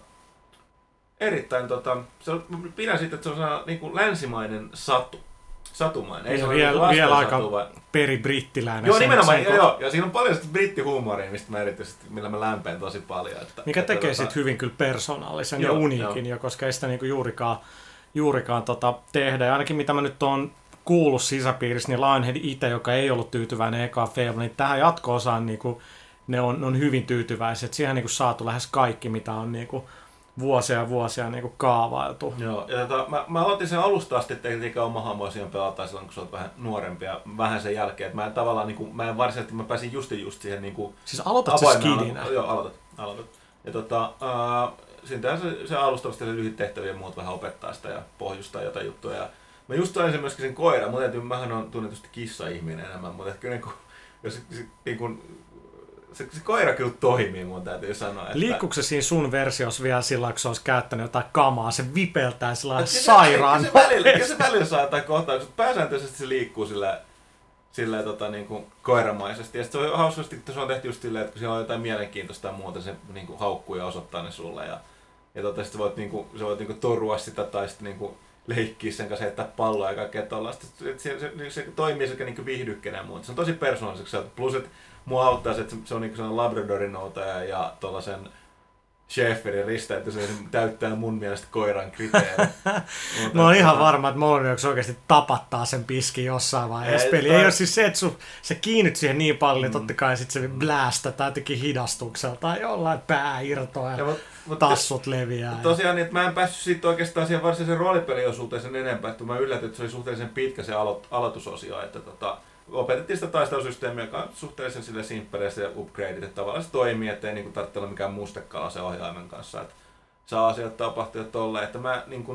erittäin, tota, se on, pidän siitä, että se on sellainen niin kuin länsimainen satu. Satumainen. Ei se vielä, ole vielä aika satu, vai... peribrittiläinen. Joo, nimenomaan. Sen, joo, ja siinä on paljon sitä brittihuumoria, mistä mä erityisesti, millä mä lämpeen tosi paljon. Että, mikä että, tekee tota... sit hyvin kyllä persoonallisen joo, ja uniikin, jo, koska ei sitä niinku juurikaan, juurikaan tota tehdä. Ja ainakin mitä mä nyt oon kuullut sisäpiirissä, niin Lionhead itse, joka ei ollut tyytyväinen ekaan Fable, niin tähän jatko-osaan niinku, ne, on, ne on hyvin tyytyväiset. Siihen on niinku saatu lähes kaikki, mitä on niinku vuosia ja vuosia niin kuin kaavailtu. Joo, ja tota, mä, mä aloitin sen alusta asti, että eikä oma hahmoa siihen pelata silloin, kun sä oot vähän nuorempi ja vähän sen jälkeen. Että mä en tavallaan, niin kuin, mä en varsinaisesti, mä pääsin just just siihen niin kuin... Siis aloitat se skidinä? Joo, aloitat, aloitat. Ja tota, äh, siinä se, se alustavasti se lyhyt tehtäviä ja muut vähän opettaa sitä ja pohjustaa jotain juttuja. Ja mä just toin sen myöskin sen koiran, mutta täytyy, mähän on tunnetusti kissa-ihminen enemmän, mutta kyllä niin kuin, jos se, niin kuin, Se, se koira kyllä toimii, mun täytyy sanoa. Että... Liikkuuko se siinä sun versiossa vielä sillä, kun se olisi käyttänyt jotain kamaa, se vipeltää sillä sairaan se, se, välillä, se välillä saa jotain kohtauksia, pääsääntöisesti se liikkuu sillä, sillä tota, niin kuin koiramaisesti. Ja se on hauskasti, että se on tehty just silleen, että kun siellä on jotain mielenkiintoista ja muuta, se niin kuin haukkuu ja osoittaa ne sulle. Ja, ja tota, sit voit, niin kuin, sä voit niin kuin torua sitä tai sitten niin kuin leikkiä sen kanssa, heittää palloa ja kaikkea tollaista. Se, se, se, se toimii sekä niin viihdykkänä ja muuta. Se on tosi persoonalliseksi. Plus, että mua auttaa se, että se on niinku Labradorin noutaja ja tuollaisen Schäferin risteytys, se täyttää mun mielestä koiran kriteerit. Mä oon ihan varma, että Molyneux oikeasti tapattaa sen piskin jossain vaiheessa ei, peli. toi... Ei ole siis se, että sun, sä kiinnyt siihen niin paljon, että mm. totta kai sit se blästä tai jotenkin hidastuksella tai jollain pää irtoaa ja, ja mut, mut tassut te, leviää. Tosiaan, niin, että mä en päässyt siitä oikeastaan siihen varsinaisen roolipeliosuuteen sen enempää, että mä yllätyin, että se oli suhteellisen pitkä se alo- aloitusosio, että tota, opetettiin sitä taistelusysteemiä, joka on suhteellisen sille simppeleistä ja upgradeit, että tavallaan se toimii, ettei niinku tarvitse olla mikään mustekala sen ohjaimen kanssa, että saa asiat tapahtua tolleen, että mä niinku,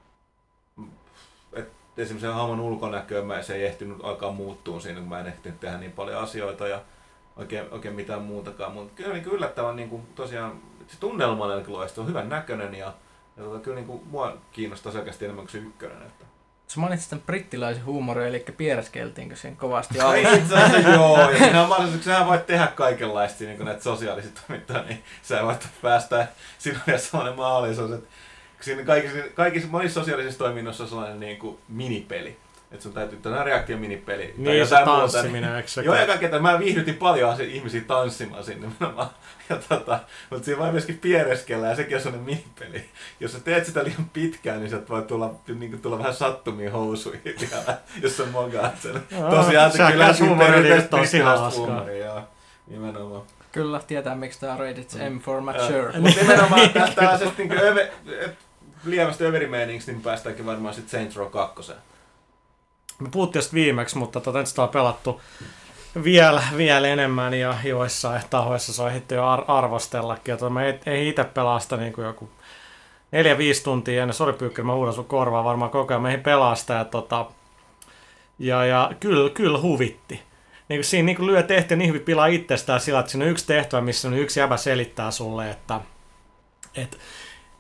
et esimerkiksi sen hahmon ulkonäköön mä se ei ehtinyt alkaa muuttua siinä, kun mä en ehtinyt tehdä niin paljon asioita ja oikein, oikein mitään muutakaan, mutta kyllä niin yllättävän niinku, tosiaan se tunnelma on hyvän näköinen ja, ja tota, kyllä niinku, mua kiinnostaa selkeästi enemmän kuin se ykkönen. Että. Sä mainitsit tämän brittiläisen huumorin, eli piereskeltiinkö siinä kovasti alussa? Ei itse asiassa joo, ja siinä on mahdollisuus, kun sä voit tehdä kaikenlaista niin näitä sosiaalisia toimintoja, niin sä voit päästä, siinä on vielä sellainen mahdollisuus, että siinä kaikissa, kaikissa monissa sosiaalisissa toiminnoissa on sellainen niin kuin minipeli. Että sun täytyy tehdä reaktiominipeli. Niin, se tanssiminen, eikö se? Joo, ja kaikkea, mä viihdytin paljon ihmisiä tanssimaan sinne. Ja tota, mutta siinä voi myöskin piereskellä, ja sekin on sellainen minipeli. Jos sä teet sitä liian pitkään, niin sä voi tulla, niin tulla vähän sattumiin housuihin vielä, jos sä mogaat sen. No, tosiaan se kyllä on perinteistä tosi hauskaa. Nimenomaan. Kyllä, tietää miksi tää on rated M for mature. Mutta nimenomaan tällaisesta niin öve, lievästä överimeiningistä, niin päästäänkin varmaan sitten Saints Row kaksi. Me puhuttiin tästä viimeksi, mutta tota, sitä on pelattu vielä, vielä enemmän ja joissain tahoissa se on ehditty jo ar- arvostellakin. Ja tota, mä ei, ei itse pelaa sitä niin kuin joku neljä viisi tuntia ennen. Sori Pyykkönen, mä huudan sun korvaa varmaan koko ajan. Mä ei pelaa sitä ja, tota, ja, ja kyllä, kyllä huvitti. Niin siinä niin lyö tehtävä, niin hyvin pilaa itsestään sillä, että siinä on yksi tehtävä, missä on yksi jäbä selittää sulle, että et,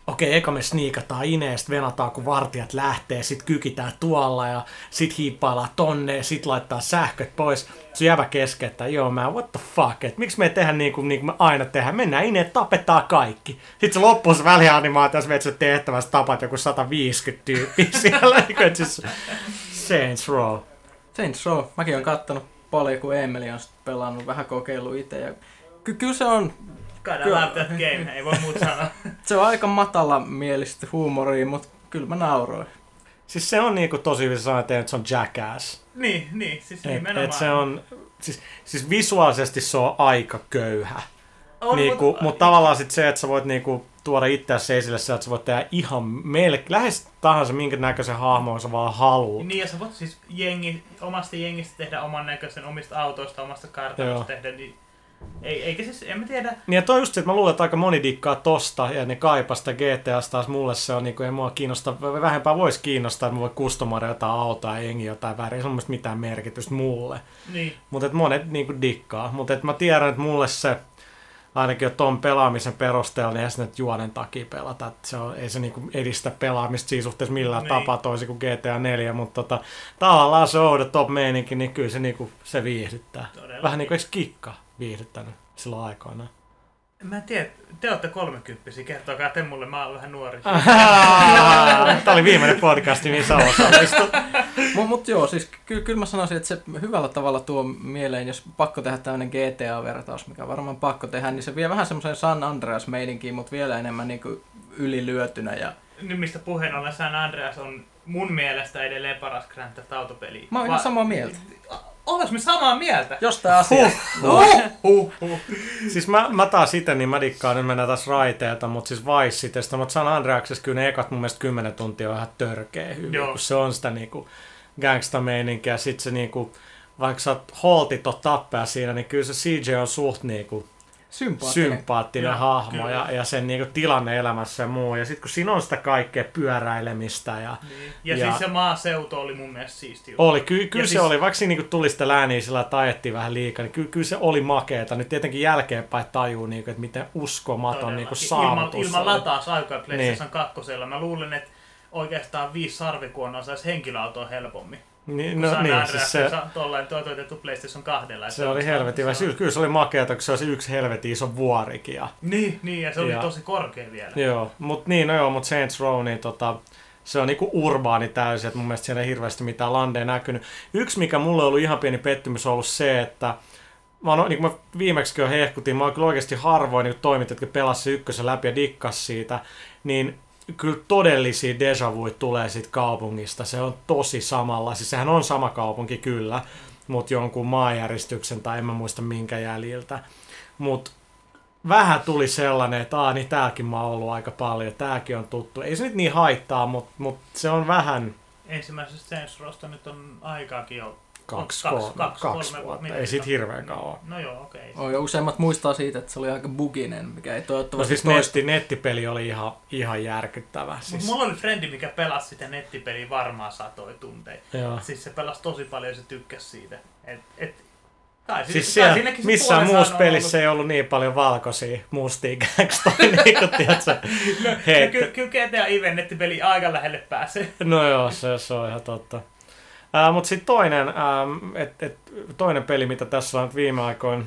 okei, eka me sniikataan ineen, sit venataan kun vartijat lähtee, sit kykitään tuolla ja sit hiippaillaan tonne ja sit laittaa sähköt pois. Se jävä kesken, että joo mä, what the fuck, että miksi me ei tehdä niin kuin, niin kuin me aina tehdään, mennään ineen, tapetaan kaikki. Sit se loppuu se välianimaatio, jos meet se tehtävässä tapat joku sata viisikymmentä tyyppiä siellä, että siis Saints Row. Saints Row, mäkin oon kattonut paljon, kun Emeli on pelannut, vähän kokeillut itse ja ky- kyllä se on... Gotta love that game, ei voi muuta sanoa. Se on aika matala mielistä huumoria, mutta kyllä mä nauroin. Siis se on niinku tosi hyvin sanoa, että se on Jackass. Niin, niin, siis et, nimenomaan. et se on, siis, siis visuaalisesti se on aika köyhä. On, niinku, mutta mut tavallaan sit se, että sä voit niinku tuoda itseäsi esille se, että sä voit tehdä ihan melkein, lähes tahansa minkä näköisen hahmon sä vaan haluut. Niin, ja sä voit siis jengi, omasta jengistä tehdä oman näköisen, omista autoista, omasta kartanosta tehdä, niin ei, eikä siis, en mä tiedä. Niin ja toi just se, että mä luulen, että aika moni dikkaa tosta ja ne kaipaa sitä G T A:sta, taas mulle se on niinku, ei mua kiinnosta, vähempää voisi kiinnostaa, että mä voin kustomoida jotain autoa ja jengi jotain väriä, ei se on mun mitään merkitystä mulle. Niin. Mutta monet niinku dikkaa, mutta mä tiedän, että mulle se ainakin jo ton pelaamisen perusteella, niin ei se nyt juonen takia pelata. Että se on, ei se niinku edistä pelaamista siinä suhteessa millään niin. tapaa toisin kuin G T A neljä, mutta tota, tavallaan se over the top meininki, niin kyllä se, niinku, se viihdyttää. Todellakin. Vähän niin kuin eikö Kikka viihdyttänyt silloin aikoinaan? Mä en tiedä, te olette kolmekymppisiä, kertokaa te mulle, mä oon vähän nuori. Tämä oli viimeinen podcasti, missä osallistut. Mut, mut joo, siis ky- kyllä mä sanoisin, että se hyvällä tavalla tuo mieleen, jos pakko tehdä tämmöinen G T A-vertaus, mikä on varmaan pakko tehdä, niin se vie vähän semmoisen San Andreas-meininkiin, mutta vielä enemmän niin kuin ylilyötynä. Ja... Nyt mistä puheen ollen San Andreas on mun mielestä edelleen paras Grand Theft Auto-peli. Mä oon ihan samaa mieltä. Olis me samaa mieltä? Jostain asiasta. Huh. Huh. Huh. Huh. Siis mä, mä taas itse, niin mä dikkaan, nyt mennään taas raiteelta, mutta siis Vice Citystä, mutta San Andreaksessa kyllä ne ekat mun mielestä kymmenen tuntia on ihan törkeä hyvin, Joo. kun se on sitä niinku gangsta-meininkiä, ja sit se niinku, vaikka sä oot holtiton tappaa siinä, niin kyllä se C J on suht niinku sympaattinen, sympaattinen Joo, hahmo ja, ja sen niinku tilanne elämässä ja muu. Ja sitten kun siinä on sitä kaikkea pyöräilemistä. Ja, niin. ja, ja siis se maaseutu oli mun mielestä siisti. Oli, ky- kyllä se siis... oli. Vaikka siinä niinku tuli sitä lääniä sillä tajettiin vähän liikaa, niin ky- kyllä se oli makeeta. Nyt tietenkin jälkeenpäin tajuu, niinku, että miten uskomaton niinku saavutus ilman, ilman latausaikaa PlayStation niin. kakkosella. Mä luulen, että oikeastaan viisi sarvikuonaa saisi henkilöautoa helpommin. Niin, no, niin, siis se, tuollainen toitotettu PlayStation kahdella. Se, se oli helvetin hyvä. Se, kyllä se oli makeata, kun se oli yksi helvetin iso vuorikin. Ja, niin, niin, ja se oli ja, tosi korkea vielä. Joo, mutta niin, no joo, mutta Saints Row, niin tota, se on niinku urbaani täysin, että mun mielestä siellä ei hirveästi mitään landeja näkynyt. Yksi, mikä mulle on ollut ihan pieni pettymys, on ollut se, että mä oon, niin kuin mä viimeksikin jo hehkutin, mä oon kyllä oikeasti harvoin niin toimittajat, jotka pelasi ykkösen läpi ja dikkas siitä, niin kyllä todellisia déjà vuja tulee siitä kaupungista. Se on tosi samalla. Siis sehän on sama kaupunki kyllä, mutta jonkun maanjäristyksen tai en mä muista minkä jäljiltä. Mutta vähän tuli sellainen, että aah, niin täälläkin mä oon ollut aika paljon. Tääkin on tuttu. Ei se nyt niin haittaa, mutta mut se on vähän... Ensimmäisestä Saints Rowsta nyt on aikaakin jo. Kaksi, kaksi, kolme, kaksi, kaksi kolme vuotta. vuotta. Ei sit hirveän kauan. No joo, okei. Okay. Ja useimmat muistaa siitä, että se oli aika buginen, mikä ei toivottavasti... No siis netti, nettipeli oli ihan, ihan järkyttävä. Siis. Mulla oli frendi, mikä pelasi sitä nettipeliä varmaan satoi tunteja. Joo. Siis se pelasi tosi paljon ja se tykkäsi siitä. Et, et, kai, siis kai siellä, missään muussa pelissä ollut... ei ollut niin paljon valkoisia mustia gangstoja, niin kuin tiedätkö. No, kyllä ky- G T A Iven nettipeli aika lähelle pääsee. No joo, se, se on ihan totta. Uh, mutta sitten toinen, uh, et, et, toinen peli, mitä tässä on viime aikoina,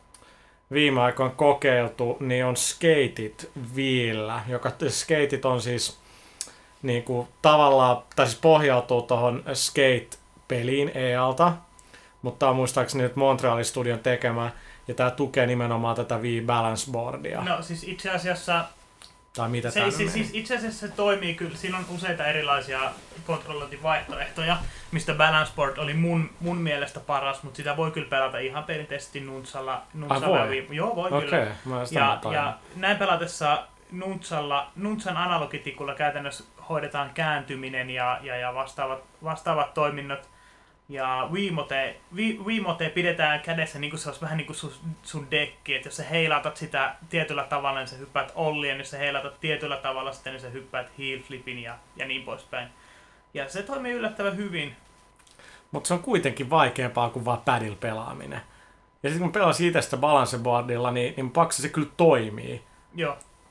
viime aikoina kokeiltu, niin on Skateit Viillä, joka Skateit on siis niinku, tavallaan, tai siis pohjautuu tuohon Skate-peliin E A:lta, mutta tämä on muistaakseni nyt Montrealin studion tekemä, ja tämä tukee nimenomaan tätä Wii Balance Boardia. No siis itse asiassa... Tai mitä se, siis, siis itse asiassa se toimii kyllä, siinä on useita erilaisia kontrollointivaihtoehtoja, mistä Balance Board oli mun, mun mielestä paras, mutta sitä voi kyllä pelata ihan perinteisesti Nuntsalla. Nuntsalla ah, voi? Joo, voi okay, kyllä. Ja, ja näin pelatessa Nuntsalla, Nuntsan analogitikulla käytännössä hoidetaan kääntyminen ja, ja, ja vastaavat, vastaavat toiminnot. Ja Wiimote, Wiimote pidetään kädessä niin kuin se olisi vähän niin kuin sun, sun dekki, että jos sä heilautat sitä tietyllä tavalla, niin sä hyppäät ollien, jos sä heilautat tietyllä tavalla, sitten niin sä hyppäät heel flipin ja, ja niin poispäin. Ja se toimii yllättävän hyvin. Mutta se on kuitenkin vaikeampaa kuin vaan padilla pelaaminen. Ja sitten kun pelasin itse sitä balanceboardilla, niin, niin paksa se kyllä toimii. Joo.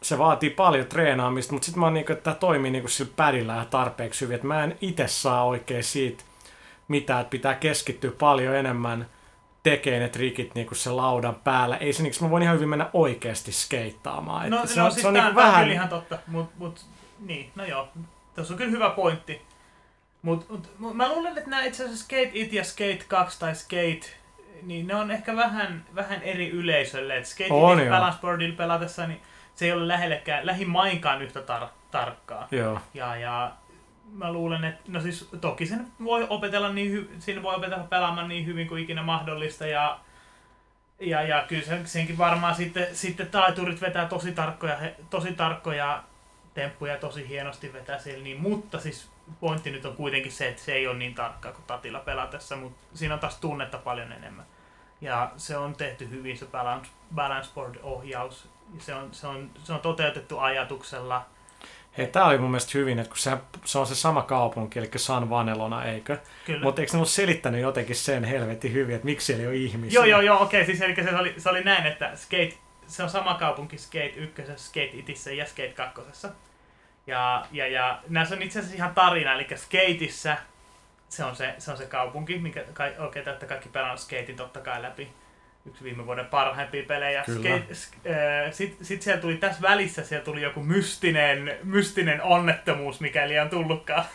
se vaatii paljon treenaamista, mutta sitten mä oon niinku, että tämä toimii niinku sillä padilla ja tarpeeksi hyvin, että mä en itse saa oikein siitä mitään, että pitää keskittyä paljon enemmän tekee ne trikit niinku sen laudan päällä. Ei se niinku, mä voin ihan hyvin mennä oikeasti skeittaamaan. No, se no on, siis se on tää, niinku tää vähän... on kyllä ihan totta, mut, mut niin, no joo. Tuossa on kyllä hyvä pointti. Mut, mut mä luulen, että nämä itse asiassa Skate It ja Skate kaksi tai Skate, niin ne on ehkä vähän, vähän eri yleisölle. Et Skate On, It joo. balanceboardilla pelatessa, niin se ei ole lähellekään, lähimainkaan yhtä tar- tarkkaa. Joo. Ja, ja mä luulen, että no siis toki sen voi opetella niin hy- siinä voi opetella pelaamaan niin hyvin kuin ikinä mahdollista ja ja, ja kyllä sen, senkin varmaan sitten, sitten taiturit vetää tosi tarkkoja, he, tosi tarkkoja temppuja tosi hienosti vetää siellä, niin, mutta siis pointti nyt on kuitenkin se, että se ei ole niin tarkkaa kuin Tatilla pelatessa, mutta siinä on taas tunnetta paljon enemmän. Ja se on tehty hyvin se balance, balance board-ohjaus. Se on, se, on, se on toteutettu ajatuksella. Hei, tää oli mun mielestä hyvin, että kun se, se on se sama kaupunki, eli San Vanelona, eikö? Mutta eikö ne ole selittänyt jotenkin sen helvetin hyvin, että miksi siellä ei ole ihmisiä? Joo, joo, joo, okei, siis eli se oli, se oli näin, että Skate, se on sama kaupunki Skate ykkösessä, Skate Itissä ja Skate kakkosessa. Ja, ja, ja näissä on itse asiassa ihan tarina, eli Skateissa se on se, se, on se kaupunki, minkä oikein täyttä kaikki pelannut Skatein totta kai läpi. Yksi viime vuoden parhaimpia pelejä. Sitten sit, sit siellä tuli tässä välissä siellä tuli joku mystinen, mystinen onnettomuus, mikäli on tullutkaan.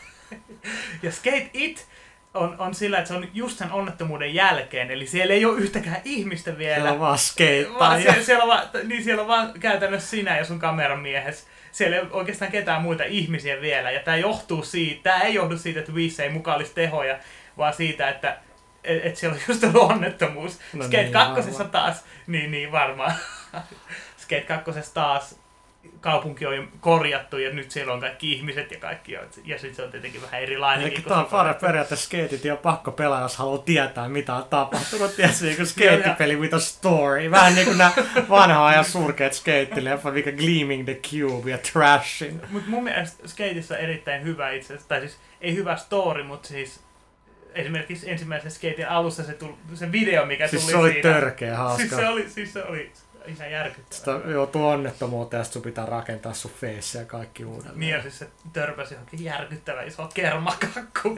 Ja Skate It on, on sillä, että se on just sen onnettomuuden jälkeen, eli siellä ei ole yhtäkään ihmistä vielä. Siellä on vaan skeittää. Vaan siellä, siellä, on vaan, niin siellä on vaan käytännössä sinä ja sun kameramiehes. Siellä ei ole oikeastaan ketään muita ihmisiä vielä, ja tämä johtuu siitä, tämä ei johdu siitä, että Wiissä ei mukaan olisi tehoja, vaan siitä, että et, et siellä on just ollut onnettomuus. No Skate niin, kakkosessa taas, niin, niin varmaan. Skate kakkosessa taas kaupunki on jo korjattu ja nyt siellä on kaikki ihmiset ja kaikki on. Ja sitten se on tietenkin vähän erilainen. Eli tämä on pari periaatteessa skeitit ja pakko pelaa, jos haluaa tietää, mitä on tapahtunut. Tietysti niin kuin skeittipeli with a story. Vähän niin kuin nämä vanhaa ajan surkeat skeittileffat, mikä Gleaming the Cube ja Trashin. Mutta mun mielestä Skateissa on erittäin hyvä itse asiassa, tai siis ei hyvä story, mutta siis esimerkiksi ensimmäisen Skatein alussa se, tuli, se video, mikä siis tuli se oli siinä. törkeä hauska. Siis se oli, siis se oli ihan järkyttävää. Sitä joutuu onnettomuuteen ja sun pitää rakentaa sun face ja kaikki uudelleen. Niin ja siis se törpäsi johonkin järkyttävän iso kermakakku.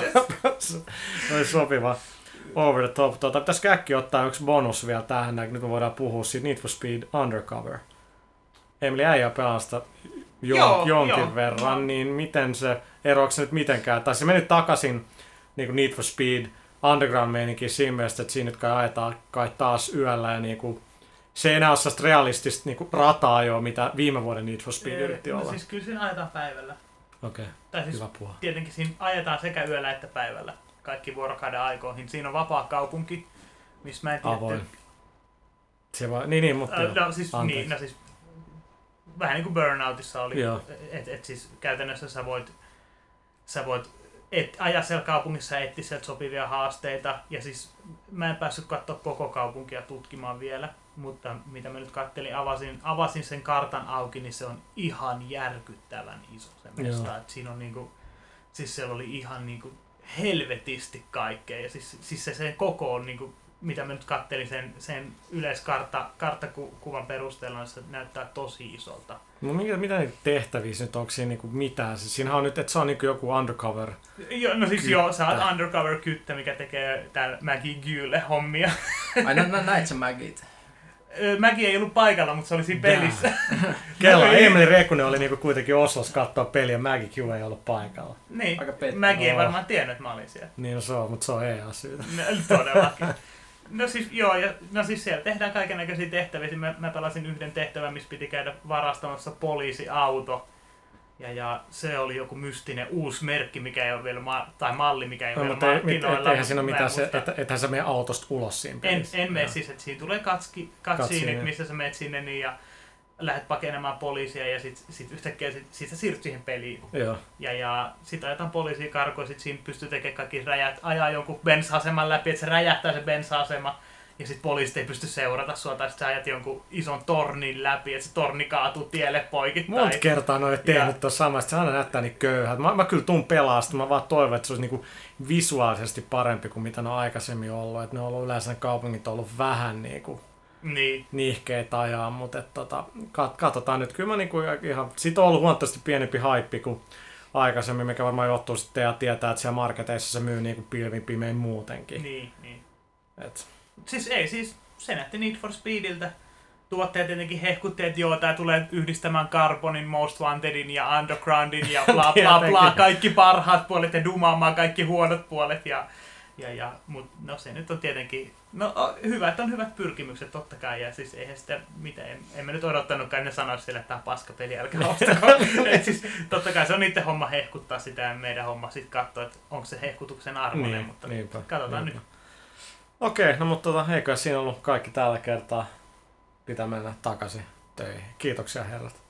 Se oli sopiva over the top. Tuota, pitäisikö äkkiä ottaa yksi bonus vielä tähän, nyt me voidaan puhua siitä Need for Speed Undercover. Emeli äijä pelaa sitä jon, joo, jonkin joo, verran, no. Niin miten se, eroako se nyt mitenkään? Tai se meni takaisin niin kuin Need for Speed Underground-meininkin siinä mielessä, että siinä nyt kai ajetaan kai taas yöllä ja niin kuin, se ei enää ole sellaista realistista niin kuin rataa jo, mitä viime vuoden Need for Speed yritti no, olla. siis kyllä siinä ajetaan päivällä. Okei, Tai siis hyvä puhua. tietenkin siinä ajetaan sekä yöllä että päivällä. Kaikki vuorokauden aikoihin. Siinä on vapaa kaupunki, missä mä en tiedä... Avoin. Se va- niin, niin, mutta äh, no, siis, niin, no siis vähän niin kuin Burnoutissa oli. Että et siis käytännössä sä voit, sä voit et, ajaa siellä kaupungissa ja etsiä sieltä sopivia haasteita. Ja siis mä en päässyt katsoa koko kaupunkia tutkimaan vielä. Mutta mitä mä nyt kattelin, avasin, avasin sen kartan auki, niin se on ihan järkyttävän iso se mesta. Et siinä on niinku, siis siellä oli ihan niinku helvetisti kaikkea. Ja siis, siis se sen koko on niinku, mitä mä nyt kattelin sen, sen yleiskarttakuvan perusteella, niin se näyttää tosi isolta. No mitä, mitä niitä tehtäviä nyt, onko siinä niinku mitään? Siis siinähän on nyt, että se on niinku joku undercover. Jo, no siis kyttä. joo, sä oot undercover kyttä, mikä tekee täällä Maggie Gylle hommia. Ai nä, nä, näit sä Maggiet? Maggie ei ollut paikalla, mutta se oli siinä pelissä. Kela, Emeli Rekunen oli niinku kuitenkin Oslossa katsoa peliä, Maggie Q ei ollut paikalla. Niin, Aika petty. Maggie ei No. varmaan tiennyt, että mä olin siellä. Niin no se on, mutta se on E A-syytä. No, todellakin. No siis joo, ja, no siis siellä tehdään kaikennäköisiä tehtäviä. Mä, mä pelasin yhden tehtävän, missä piti käydä varastamassa poliisiauto. Ja, ja se oli joku mystinen uusi merkki, mikä ei ole vielä, ma- tai malli, mikä ei ole No, vielä mutta ei, markkinoilla. et, eihän siinä ole Mä mitään, en se, muista. et, ethän sä mene autosta ulos siinä En, pelissä. en mene Joo. siis, että siinä tulee katski, katsiinit, missä sä menet sinne niin, ja lähdet pakenemaan poliisia ja sit, sit yhtäkkiä sit, sit sä siirryt siihen peliin. Joo. Ja, ja sit ajetaan poliisia karkoon, sit siinä pystyy tekemään kaikki räjät, ajaa jonkun bensa-aseman läpi, että se räjähtää se bensa-asema. Ja sit poliisit ei pysty seurata sua, tai sit sä ajat jonkun ison tornin läpi, että se torni kaatuu tielle poikittain. Monta kertaa ne on tehnyt Ja- tuossa samasta, se aina näyttää niin köyhältä. Mä, mä kyllä tuun pelaa sitä, mä vaan toivon, että se olisi niinku visuaalisesti parempi kuin mitä ne on aikaisemmin ollut. Että ne on ollut yleensä ne kaupungit on ollut vähän niinku niin. niihkeitä ajaa, mutta et, tota, kat, katsotaan nyt. Kyllä mä niinku ihan, siitä on ollut huomattavasti pienempi haippi kuin aikaisemmin, mikä varmaan johtuu sitten ja tietää, että siellä marketeissa se myy niinku pilvin pimein muutenkin. Niin, niin. Et. Siis ei, siis se näytti Need for Speediltä. Tuottajat tietenkin hehkutti, että joo, tää tulee yhdistämään Carbonin, Most Wantedin ja Undergroundin ja bla bla bla, kaikki parhaat puolet ja dumaamaan kaikki huonot puolet. Ja, ja, ja, mut no se nyt on tietenkin, no hyvä, että on hyvät pyrkimykset totta kai, ja siis eihän sitä mitään, en, en mä nyt odottanutkaan, ne sanoisi sille, että tää on paskapeli, älkää ostako. Et siis totta kai se on niiden homma hehkuttaa sitä ja meidän homma sit katsoa, että onko se hehkutuksen arvoinen, Niin, mutta niinpä, katsotaan niinpä. nyt. Okei, no mutta tota, eikö siinä ollut kaikki tällä kertaa. Pitää mennä takaisin töihin. Kiitoksia herrat.